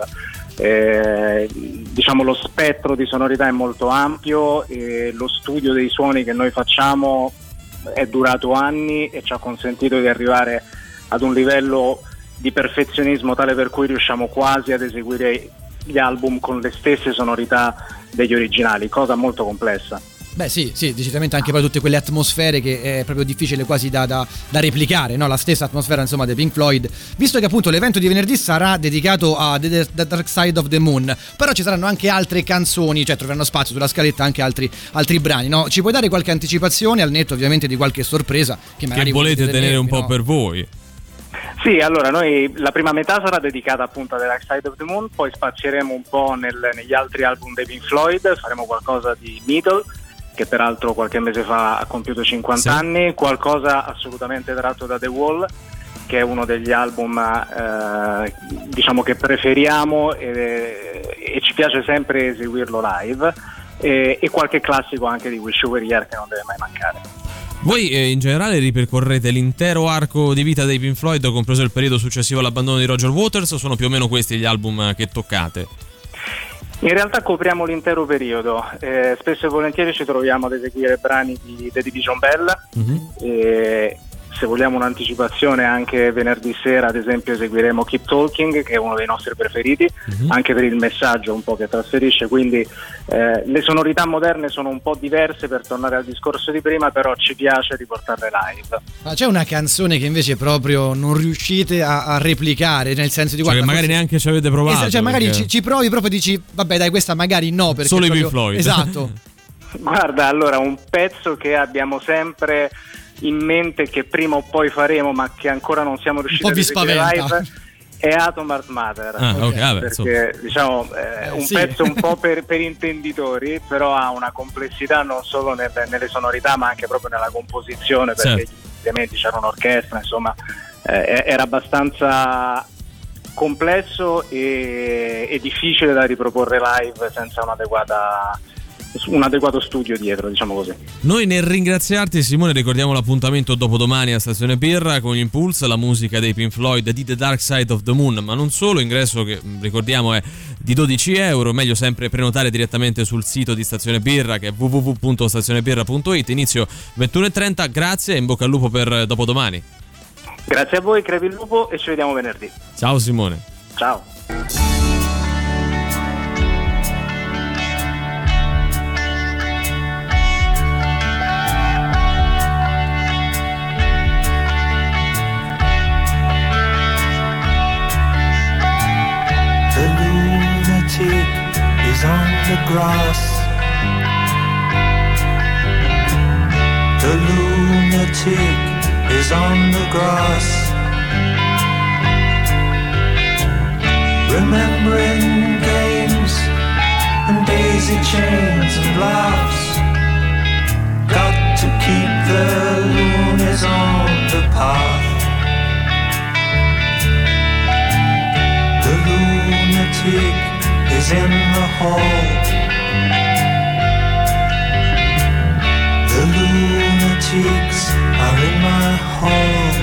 live. Diciamo lo spettro di sonorità è molto ampio e lo studio dei suoni che noi facciamo è durato anni e ci ha consentito di arrivare ad un livello di perfezionismo tale per cui riusciamo quasi ad eseguire gli album con le stesse sonorità degli originali, cosa molto complessa. Beh sì, decisamente anche poi tutte quelle atmosfere che è proprio difficile quasi da replicare, no? La stessa atmosfera insomma dei Pink Floyd, visto che appunto l'evento di venerdì sarà dedicato a The Dark Side of the Moon, però ci saranno anche altre canzoni, cioè troveranno spazio sulla scaletta anche altri brani, no? Ci puoi dare qualche anticipazione, al netto ovviamente di qualche sorpresa che magari volete tenere un po', no? Per voi? Sì, allora noi la prima metà sarà dedicata appunto a The Dark Side of the Moon, poi spazieremo un po' negli altri album dei Pink Floyd, faremo qualcosa di Middle, che peraltro qualche mese fa ha compiuto 50 anni, qualcosa assolutamente tratto da The Wall, che è uno degli album diciamo che preferiamo e ci piace sempre eseguirlo live, e qualche classico anche di Wish You Were Here che non deve mai mancare. Voi in generale ripercorrete l'intero arco di vita dei Pink Floyd, compreso il periodo successivo all'abbandono di Roger Waters, o sono più o meno questi gli album che toccate? In realtà copriamo l'intero periodo, spesso e volentieri ci troviamo ad eseguire brani di The Division Bell, e se vogliamo un'anticipazione anche venerdì sera ad esempio eseguiremo Keep Talking, che è uno dei nostri preferiti, anche per il messaggio un po' che trasferisce, quindi le sonorità moderne sono un po' diverse, per tornare al discorso di prima, però ci piace riportarle live. Ma c'è una canzone che invece proprio non riuscite a replicare, nel senso di guarda, che magari neanche ci avete provato, cioè magari ci provi proprio, dici vabbè dai, questa magari no, perché solo i proprio... Pink Floyd. Esatto. Guarda, allora un pezzo che abbiamo sempre in mente, che prima o poi faremo ma che ancora non siamo riusciti a eseguire live, è Atom Heart Matter, perché diciamo è un pezzo un po' per intenditori, però ha una complessità non solo nelle sonorità ma anche proprio nella composizione, perché ovviamente c'era un'orchestra, insomma era abbastanza complesso e difficile da riproporre live senza un adeguato studio dietro, diciamo così. Noi nel ringraziarti, Simone, ricordiamo l'appuntamento dopodomani a Stazione Birra con Impulse, la musica dei Pink Floyd di The Dark Side of the Moon, ma non solo. Ingresso che ricordiamo è di €12, meglio sempre prenotare direttamente sul sito di Stazione Birra, che è www.stazionebirra.it. Inizio 21:30. Grazie e in bocca al lupo per dopodomani. Grazie a voi, crepi il lupo, e ci vediamo venerdì. Ciao Simone. Ciao. The lunatic is on the grass. The lunatic is on the grass, remembering games and daisy chains and laughs. Got to keep the loonies on the path. The lunatic is in the hall. The lunatics are in my hall.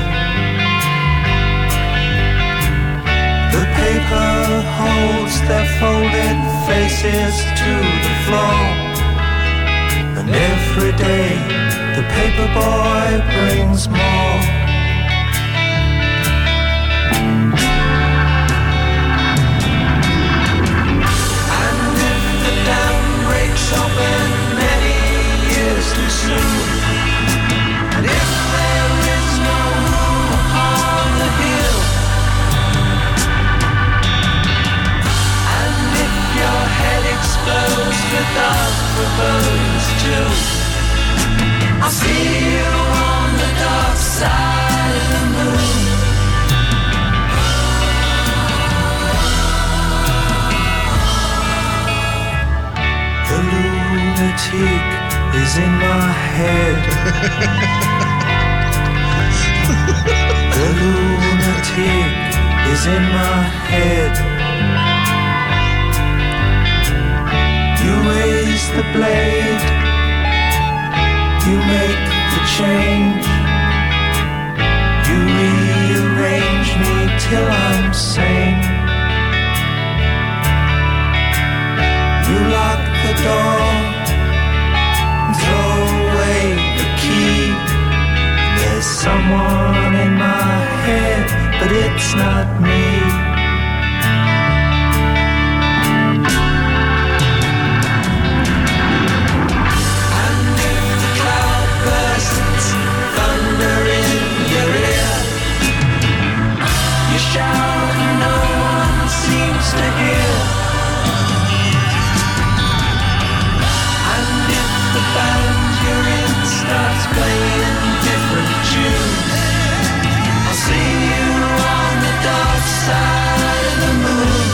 The paper holds their folded faces to the floor, and every day the paper boy brings more. And if the dam breaks open many years too soon, and if there is no room upon the hill, and if your head explodes without proposed chill, I'll see you on the dark side of the moon. The lunatic is in my head. The lunatic is in my head. You raise the blade, you make the change, you rearrange me till I'm sane. You lock the door and throw away the key. There's someone in my head, but it's not me. And if the cloud bursts, thunder in your ear, you shout and no one seems to hear. The band you're in starts playing different tunes, I'll see you on the dark side of the moon.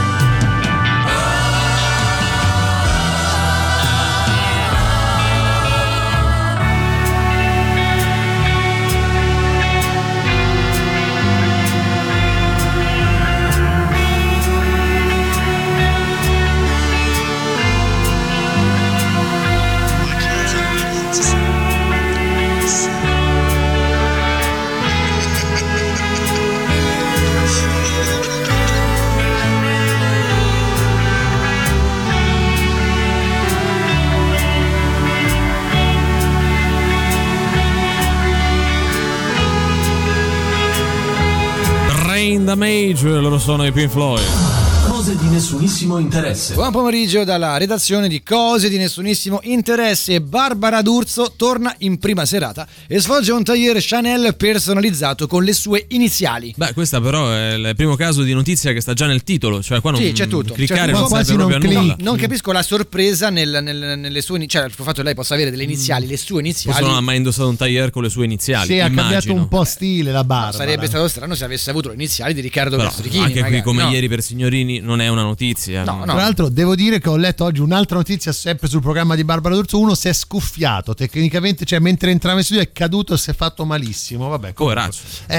In the Mage, loro sono i Pink Floyd. Cose di nessunissimo interesse. Buon pomeriggio dalla redazione di Cose di nessunissimo interesse. Barbara D'Urso torna in prima serata e svolge un tailleur Chanel personalizzato con le sue iniziali. Beh, questa però è il primo caso di notizia che sta già nel titolo, cioè qua non sì, c'è tutto. cliccare non quasi serve proprio a nulla. Non capisco la sorpresa nelle sue, cioè il fatto che lei possa avere delle iniziali, le sue iniziali. Forse non ha mai indossato un tailleur con le sue iniziali. Sì, immagino. Ha cambiato un po' stile la Barbara. Sarebbe stato strano se avesse avuto le iniziali di Riccardo però, Castrichini. anche magari, qui come no? ieri per signorini non è una notizia. No. Tra l'altro devo dire che ho letto oggi un'altra notizia sempre sul programma di Barbara D'Urso. Uno si è scuffiato tecnicamente, cioè mentre entrava in studio è caduto e si è fatto malissimo. Vabbè, coraggio.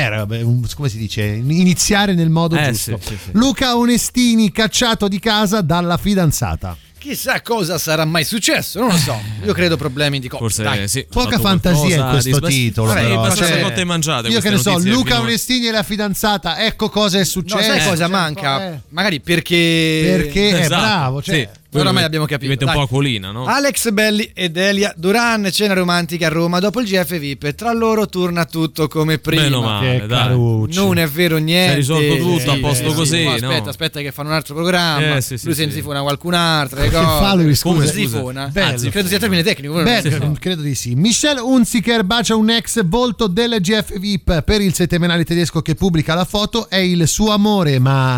Come si dice, iniziare nel modo giusto. Sì. Luca Onestini cacciato di casa dalla fidanzata. Chissà cosa sarà mai successo, non lo so. Io credo problemi di coppia. Forse sì. Poca fantasia in questo titolo. Abbastanza cotte e mangiate. Io che ne so, Luca Onestini e la fidanzata, ecco cosa è successo. No, sai cosa manca? Magari perché è bravo, cioè. Sì. Oramai l'abbiamo capito. Mette un po' acquolina, no? Alex Belli ed Elia Duran, cena romantica a Roma dopo il GF VIP. Tra loro torna tutto come prima. Meno male, dai. Non è vero niente. Si è risolto tutto a posto così. No, aspetta che fanno un altro programma. Lui si sifona qualcun'altra. Che fa lui, scusa? Sifona. Credo sia termine tecnico. Credo di sì. Michelle Hunziker bacia un ex volto del GF VIP per il settimanale tedesco che pubblica la foto. È il suo amore,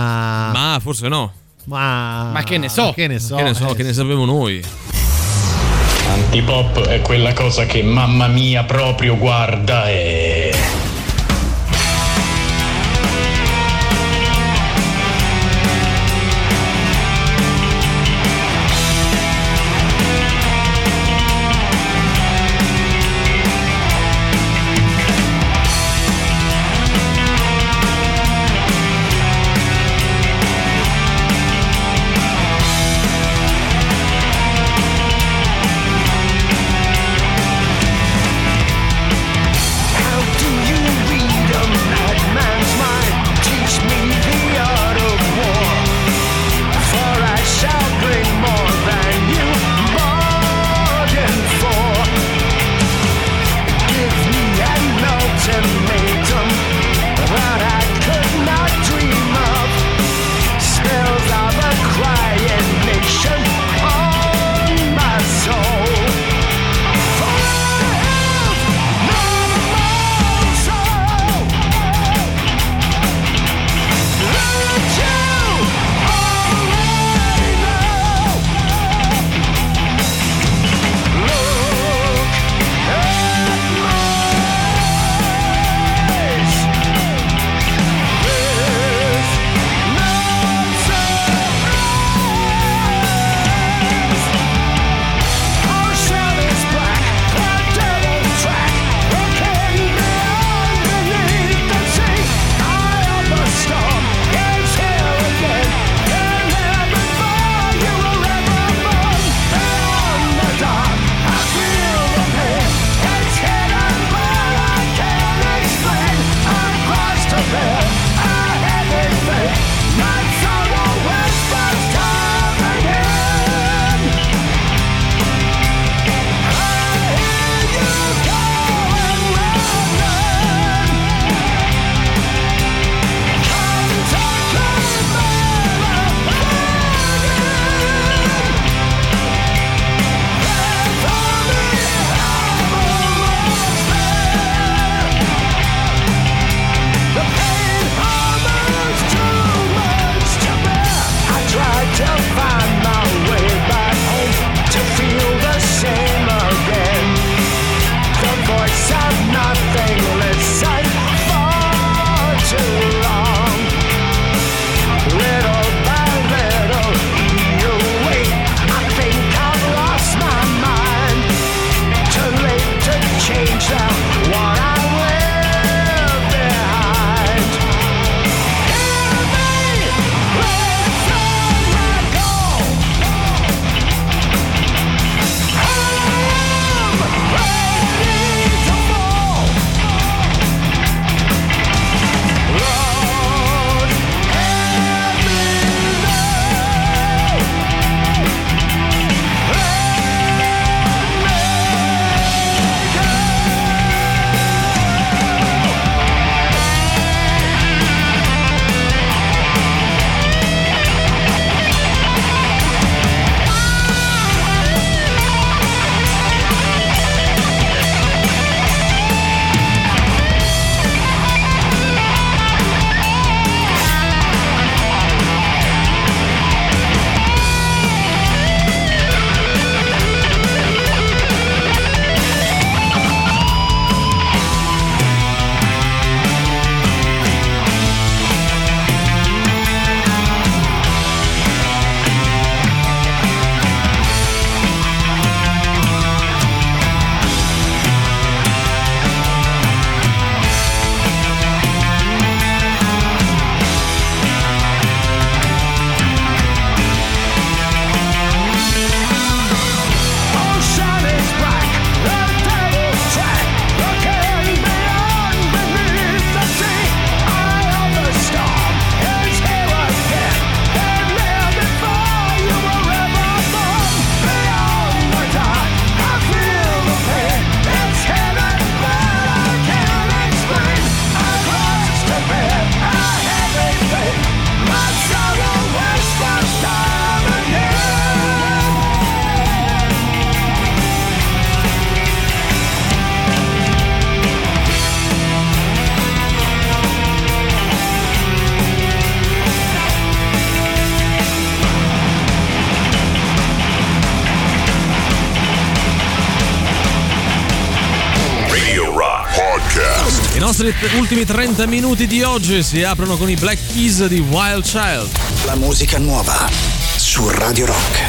ma forse no. Ma che ne so? Che ne sappiamo noi. Antipop è quella cosa che mamma mia proprio guarda e... How do you nostri ultimi 30 minuti di oggi si aprono con i Black Keys di Wild Child. La musica nuova su Radio Rock.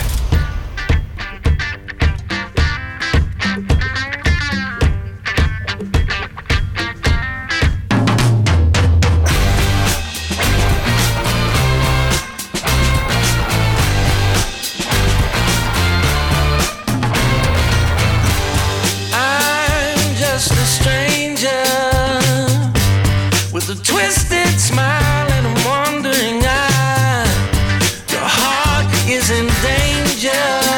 A twisted smile and a wandering eye. Your heart is in danger.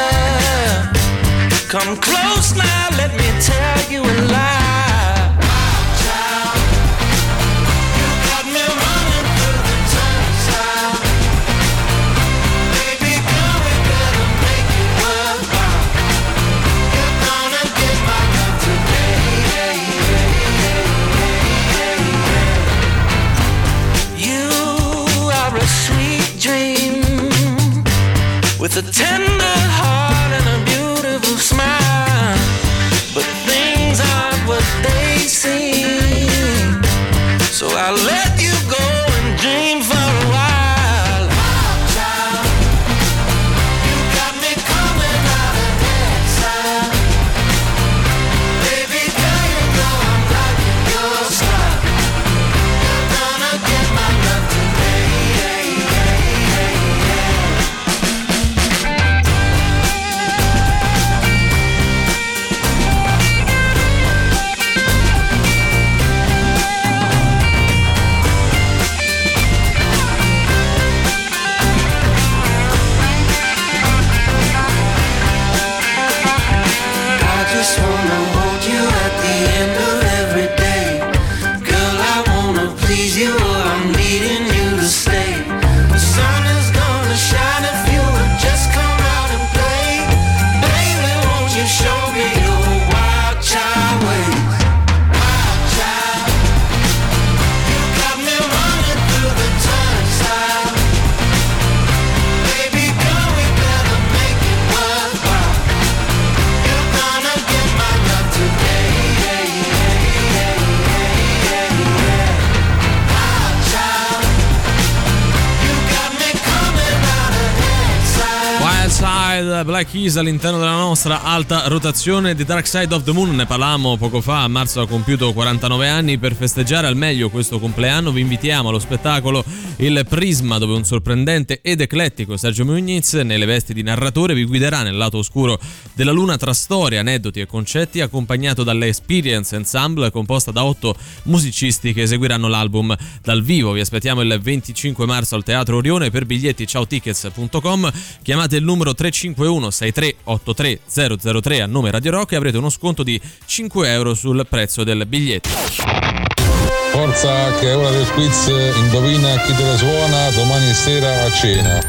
Come close now, let me tell you a lie. Wild child, you got me running through the turnstile. Baby girl, we better make it worthwhile. You're gonna get my love today. You are a sweet dream with a tender heart and a beautiful smile, but things aren't what they seem, so I'll let you go and dream for a while. Wild child, you got me coming out of exile. Baby girl, you know I'm liking your style. You're gonna get my love today. I just wanna hold you at the end of every day. Girl, I wanna please you or I'm needing you to stay. The sun is gonna shine if you would just come out and play. Baby, won't you show me your wild child ways? Wild child, you got me running through the turnstile. Baby girl, we better make it worthwhile. You're gonna get my love today. Wild child, you got me coming out of exile. Wild Side, Black Keys all'interno della nostra alta rotazione di Dark Side of the Moon. Ne parlavamo poco fa. A marzo ha compiuto 49 anni. Per festeggiare al meglio questo compleanno vi invitiamo allo spettacolo Il Prisma, dove un sorprendente ed eclettico Sergio Muniz, nelle vesti di narratore, vi guiderà nel lato oscuro della luna tra storie, aneddoti e concetti, accompagnato dall'Experience Ensemble, composta da 8 musicisti che eseguiranno l'album dal vivo. Vi aspettiamo il 25 marzo al Teatro Orione. Per biglietti ciaotickets.com, chiamate il numero 351 6383 003 a nome Radio Rock e avrete uno sconto di 5 euro sul prezzo del biglietto. Forza, che è ora del quiz. Indovina chi te la suona domani sera a cena.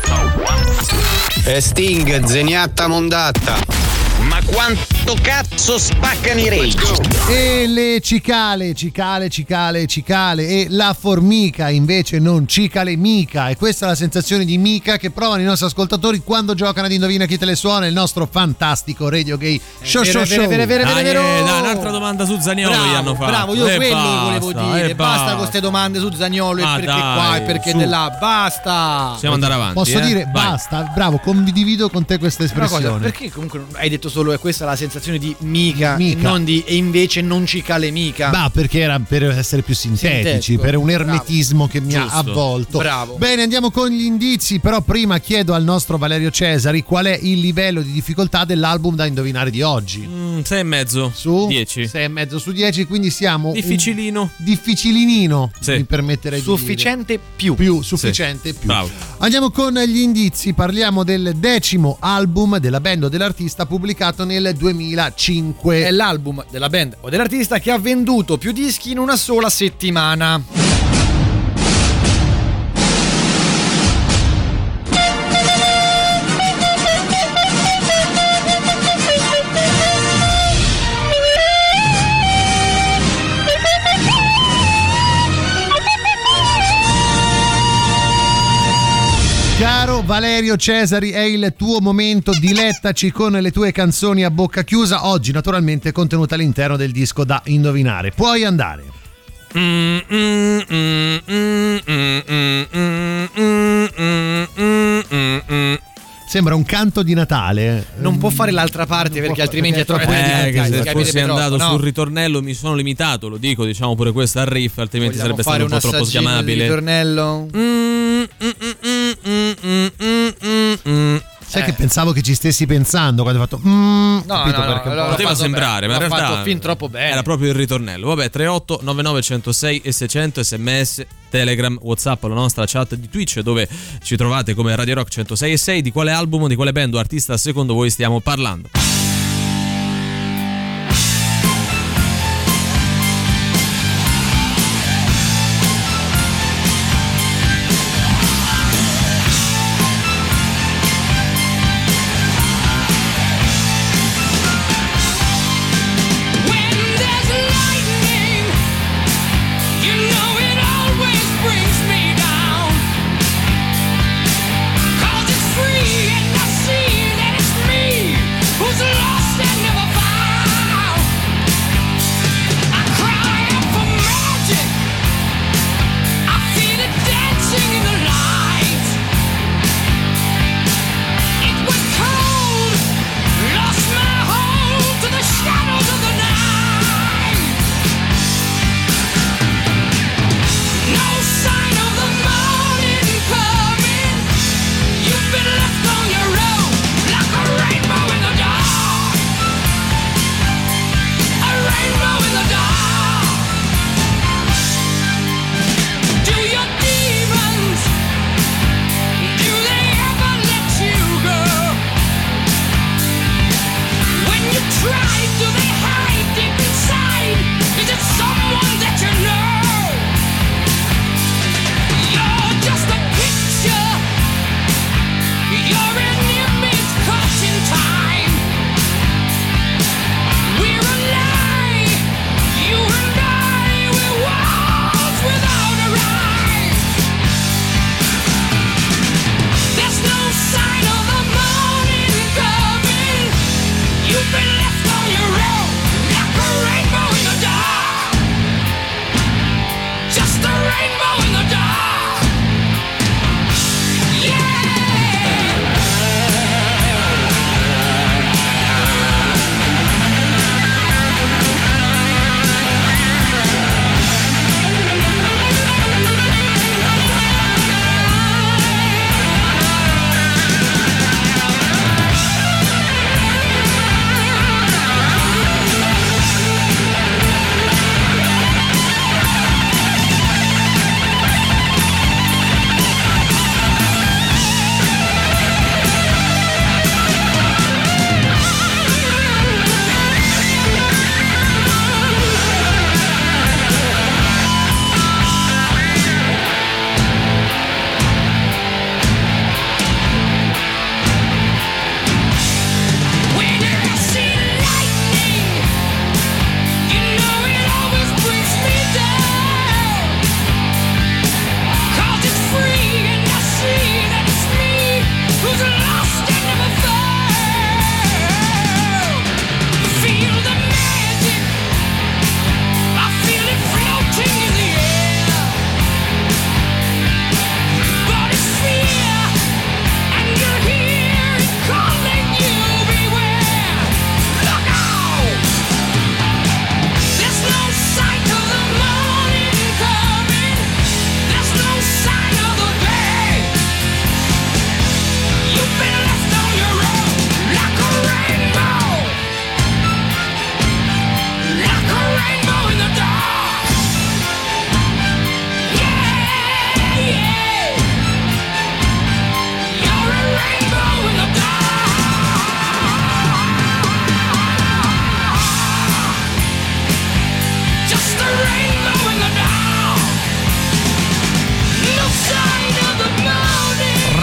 Sting, Zeniatta Mondatta. Ma quanto cazzo spaccano i Rage? E le cicale e la formica invece non cicale mica, e questa è la sensazione di mica che provano i nostri ascoltatori quando giocano ad Indovina chi te le suona, il nostro fantastico Radio Gay show. Dai, un'altra domanda su Zaniolo gli hanno fatto. Bravo, io quello volevo dire. Basta con queste domande su Zaniolo, e perché dai, qua e perché di là, basta. Possiamo andare avanti. Posso dire vai. Basta, bravo, condivido con te questa espressione. Cosa, perché comunque hai detto solo è questa la sensazione di mica. E non di e invece non cicale mica? Bah, perché era per essere più sintetici, per un ermetismo che mi ha avvolto. Bravo. Bene, andiamo con gli indizi, però prima chiedo al nostro Valerio Cesari qual è il livello di difficoltà dell'album da indovinare di oggi. 6,5 su 10. 6,5 su 10, quindi siamo difficilinino, sì. Mi permetterei sufficiente di dire. Sufficiente più. Bravo. Andiamo con gli indizi, parliamo del 10° album della band o dell'artista pubblicato nel 2005. È l'album della band o dell'artista che ha venduto più dischi in una sola settimana. Caro Valerio Cesari, è il tuo momento, dilettaci con le tue canzoni a bocca chiusa, oggi naturalmente contenute all'interno del disco da indovinare. Puoi andare. Sembra un canto di Natale. Non può fare l'altra parte perché altrimenti è troppo se fossi andato sul ritornello mi sono limitato, lo dico, diciamo pure questo al riff, altrimenti sarebbe stato un po' troppo sgamabile. Ritornello. Sai che pensavo che ci stessi pensando quando hai fatto poteva sembrare, ma in realtà fatto fin troppo bene. Era proprio il ritornello. Vabbè, 38 99 106 e 600, SMS, Telegram, WhatsApp, la nostra chat di Twitch, dove ci trovate come Radio Rock 106 e 6. Di quale album, di quale band o artista secondo voi stiamo parlando? Who's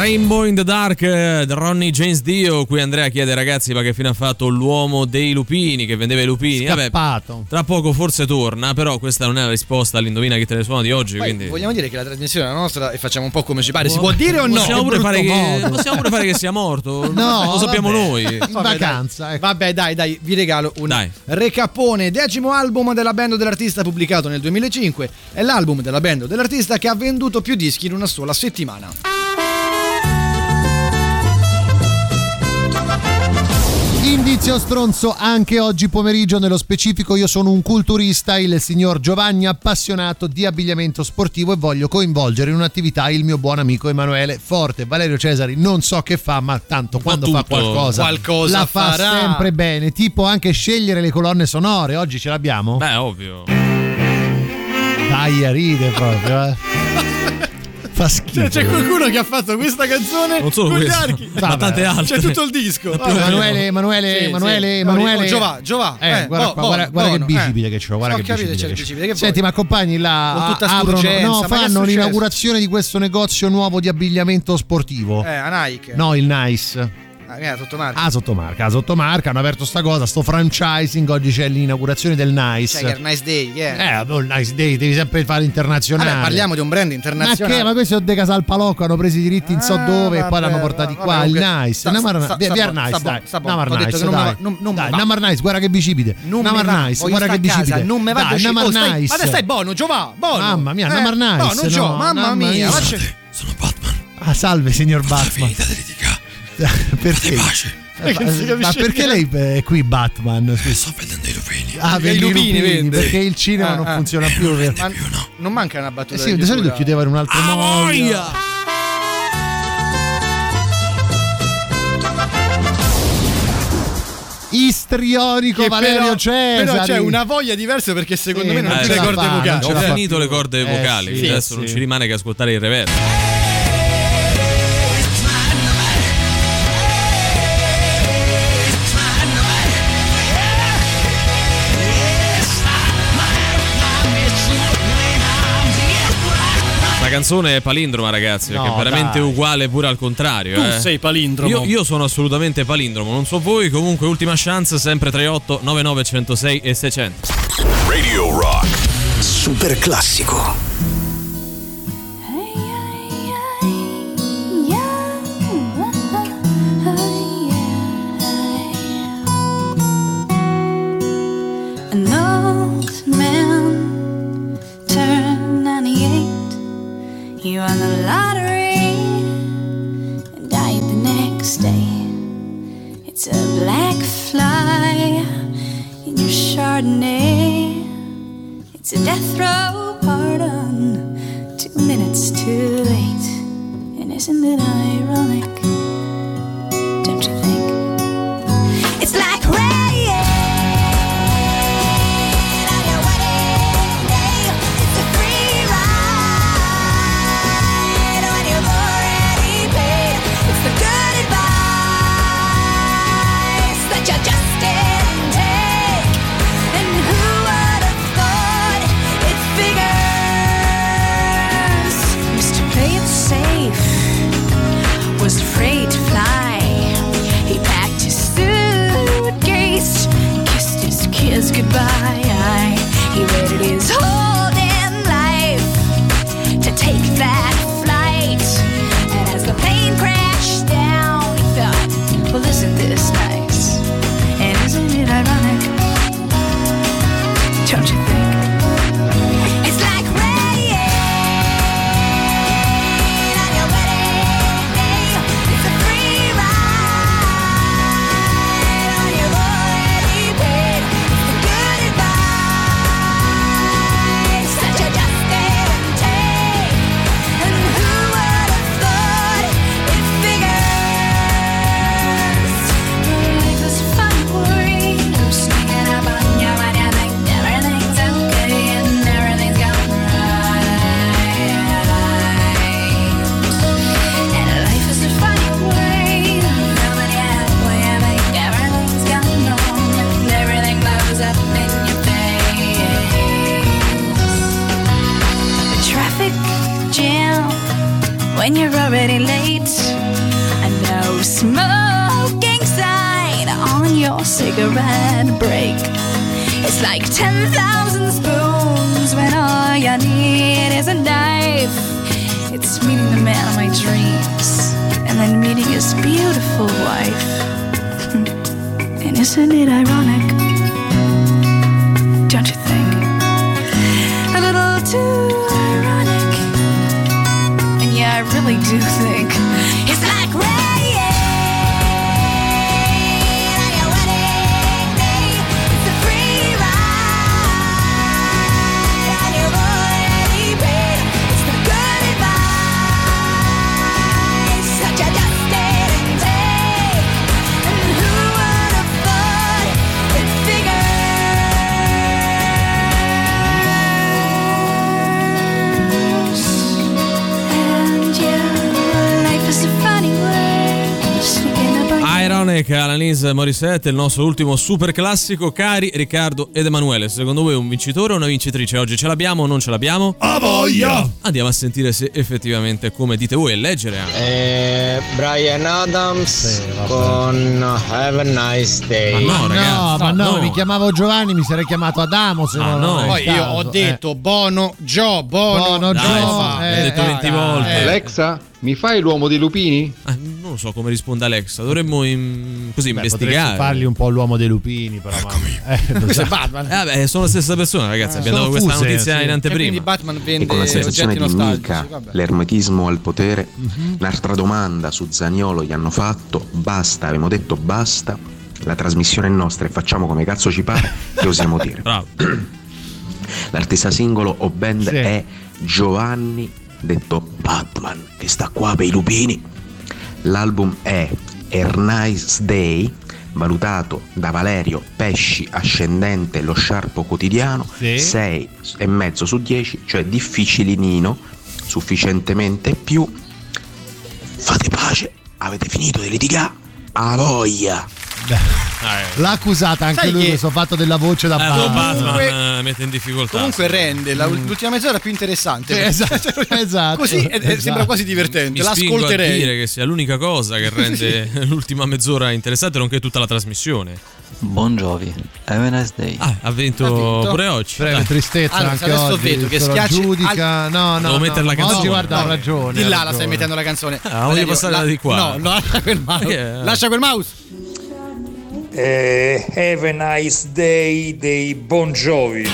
Rainbow in the Dark, Ronnie James Dio. Qui Andrea chiede: ragazzi, ma che fine ha fatto l'uomo dei lupini che vendeva i lupini? Scappato. Vabbè, tra poco forse torna, però questa non è la risposta all'indovina chi te ne suona di oggi. Poi, quindi vogliamo dire che la trasmissione è la nostra e facciamo un po' come ci pare. Si può dire o no? Possiamo pure fare che sia morto. No, lo sappiamo noi. In vacanza. Ecco. Vabbè, dai, vi regalo un recapone. 10° album della band dell'artista pubblicato nel 2005. È l'album della band dell'artista che ha venduto più dischi in una sola settimana. Indizio stronzo anche oggi pomeriggio. Nello specifico, io sono un culturista, il signor Giovanni, appassionato di abbigliamento sportivo, e voglio coinvolgere in un'attività il mio buon amico Emanuele Forte. Valerio Cesari non so che fa, ma tanto quando fa qualcosa la fa sempre bene, tipo anche scegliere le colonne sonore. Oggi ce l'abbiamo? Beh, ovvio. Dai, a ride proprio, fa schifo. C'è qualcuno che ha fatto questa canzone non solo con gli questa, archi, ma tante altre. c'è tutto il disco. Emanuele. Giova. Guarda che bicipite che c'ho, guarda che bicipite. Senti, ma accompagni là, con tutta sturgenza, fanno l'inaugurazione di questo negozio nuovo di abbigliamento sportivo. A Nike. No, il Nice. Sottomarca hanno aperto sta cosa, sto franchising. Oggi c'è l'inaugurazione del Nice. Cioè, il Nice Day, il Nice Day, devi sempre fare internazionale. Vabbè, parliamo di un brand internazionale. Ma questi sono De Casal Palocco, hanno preso i diritti in so dove e poi l'hanno portati qua. Il Nice, Namar Nice, guarda che bicipite. Namar Nice, guarda che bicipite. Non me va Nice. Ma stai buono, Giova, buono. Mamma mia, Namar Nice. Mamma mia. Sono Batman. Salve, signor Batman. Perché? Ma perché lei è qui, Batman? Sto vendendo i lupini. I lupini, perché il cinema non funziona più. Non manca una battuta. Sì, di solito chiudeva in un altro modo. Istrionico che Valerio Cesari. Però c'è una voglia diversa, perché secondo me non ha più le corde vocali. Ho finito le corde vocali, adesso non ci rimane che ascoltare il reverb. La canzone è palindroma, ragazzi, perché è veramente uguale pure al contrario. Tu sei palindromo. Io sono assolutamente palindromo, non so voi. Comunque, ultima chance, sempre 38 99 106 e 600. Radio Rock super classico. An old man turned 98. He won the lottery and died the next day. It's a black fly in your Chardonnay. It's a death row pardon, 2 minutes too late. And isn't it ironic? Don't you think? It's like rain on your wedding day. It's a free ride when you've already paid. It's the good advice that you just didn't take. And who would have thought it figures? Mr. Play It Safe was afraid when you're already late. And no smoking sign on your cigarette break. It's like 10,000 spoons when all you need is a knife. It's meeting the man of my dreams and then meeting his beautiful wife. And isn't it ironic? Don't you think? A little too ironic. And yeah, I really do think it's like rain on your wedding day. It's a free ride on your already paid. It's the good advice such a dusting day. And who would have thought it figures? And yeah, life is a funny way. Sneaking up on Ironic, Alanis Morissette, il nostro ultimo super classico. Cari Riccardo ed Emanuele, secondo voi un vincitore o una vincitrice oggi? Ce l'abbiamo o non ce l'abbiamo? A voglia! Andiamo a sentire se effettivamente, come dite voi, e leggere anche. Brian Adams con Have a Nice Day. Ma no, ragazzi, ma no, no. mi chiamavo Giovanni, mi sarei chiamato Adamo se non no. è il Poi io caso. ho detto Bono Joe, Bono Dai, Joe. l'ho detto 20 volte. Alexa, mi fai l'uomo dei lupini? Non lo so come risponde Alexa, dovremmo così Potresti investigare. fargli un po' l'uomo dei lupini, però. Questo è Batman. Vabbè, sono la stessa persona, ragazzi. Abbiamo dato sono questa fuse, notizia sì. in E quindi anteprima. Batman E vende con la sensazione oggetti di nostalgici. mica, Vabbè. l'ermetismo al potere, un'altra domanda su Zaniolo gli hanno fatto, basta, abbiamo detto basta, la trasmissione è nostra e facciamo come cazzo ci pare, che osiamo dire. Bravo. L'artista singolo o band Sì. è Giovanni, detto Batman, che sta qua per i lupini. L'album è A Nice Day, valutato da Valerio Pesci Ascendente Lo Sciarpo Quotidiano, Sì. 6,5 su 10, cioè difficilinino, sufficientemente più. Fate pace, avete finito di litigare? A voglia! L'ha accusata anche Sai lui, che- questo fatto della voce da Batman. Batman mette in difficoltà. Comunque rende l'ultima mezz'ora più interessante. Sì, esatto. Così Esatto. sembra quasi divertente. Mi spingo a L'ascolterei. dire che sia l'unica cosa che rende l'ultima mezz'ora interessante, nonché tutta la trasmissione. Buon Giovi, have a nice day. Ha vinto pure oggi. Breve Dai. tristezza Allora, anche adesso oggi. vedo che se lo schiacci giudica. No, Devo mettere la ma canzone. oggi guarda, ha No, ragione. Di ha là la ragione. stai mettendo la canzone. voglio Valerio, passare di qua. No, lascia quel mouse. Lascia quel mouse. Have a Nice Day dei Bon Jovi.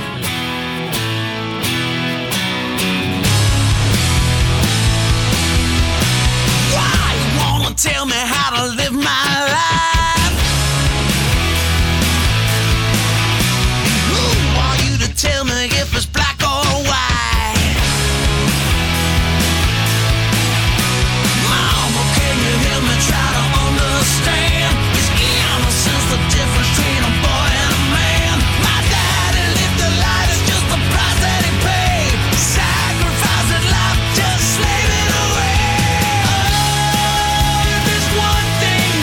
Why you wanna tell me how to live my life? Who are you to tell me if it's black or white? Mama, can you hear me try to understand? Is innocence the difference between a boy and a man? My daddy lived a life, it's just the price that he paid. Sacrificed his life, just slave it away. Oh, if there's one thing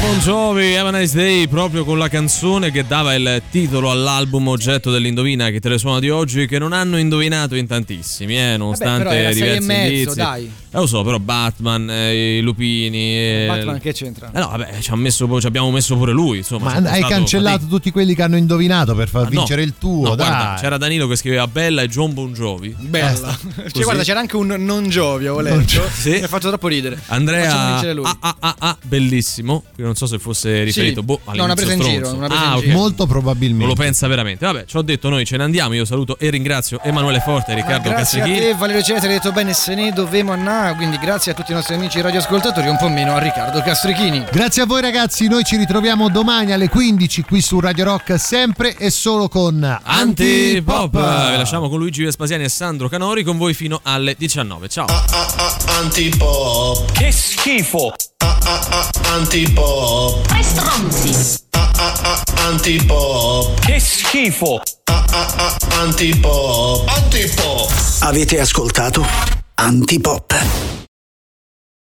Bon Jovi, Have a Nice Day, proprio con la canzone che dava il titolo all'album oggetto dell'Indovina che te le suona di oggi, che non hanno indovinato in tantissimi, nonostante però diversi indizi. Dai. Lo so, però Batman, i lupini. Batman che c'entra? No, vabbè, ci abbiamo messo pure lui. Insomma, ma hai cancellato tutti quelli che hanno indovinato per far vincere il tuo. No, dai. Guarda, c'era Danilo che scriveva Bella e John Bon Jovi. Bella. Cioè, guarda, c'era anche un non Giovio, volendo. Sì. Mi ha fatto troppo ridere. Andrea, bellissimo. Non so se fosse riferito. Sì. No, una presa in giro. Okay. Molto probabilmente. Non lo pensa veramente. Vabbè, ci ho detto, noi ce ne andiamo. Io saluto e ringrazio Emanuele Forte e Riccardo Castrichini. Grazie a te, Valerio Cesare, hai detto bene, se ne dovemo andare. Quindi grazie a tutti i nostri amici radioascoltatori, un po' meno a Riccardo Castrichini. Grazie a voi ragazzi, noi ci ritroviamo domani alle 15 qui su Radio Rock, sempre e solo con Antipop. Vi lasciamo con Luigi Vespasiani e Sandro Canori, con voi fino alle 19. Ciao. Antipop. Che schifo. Antipop. Tre stronzi. Antipop. Che schifo. Antipop. Antipop. Avete ascoltato Antipop.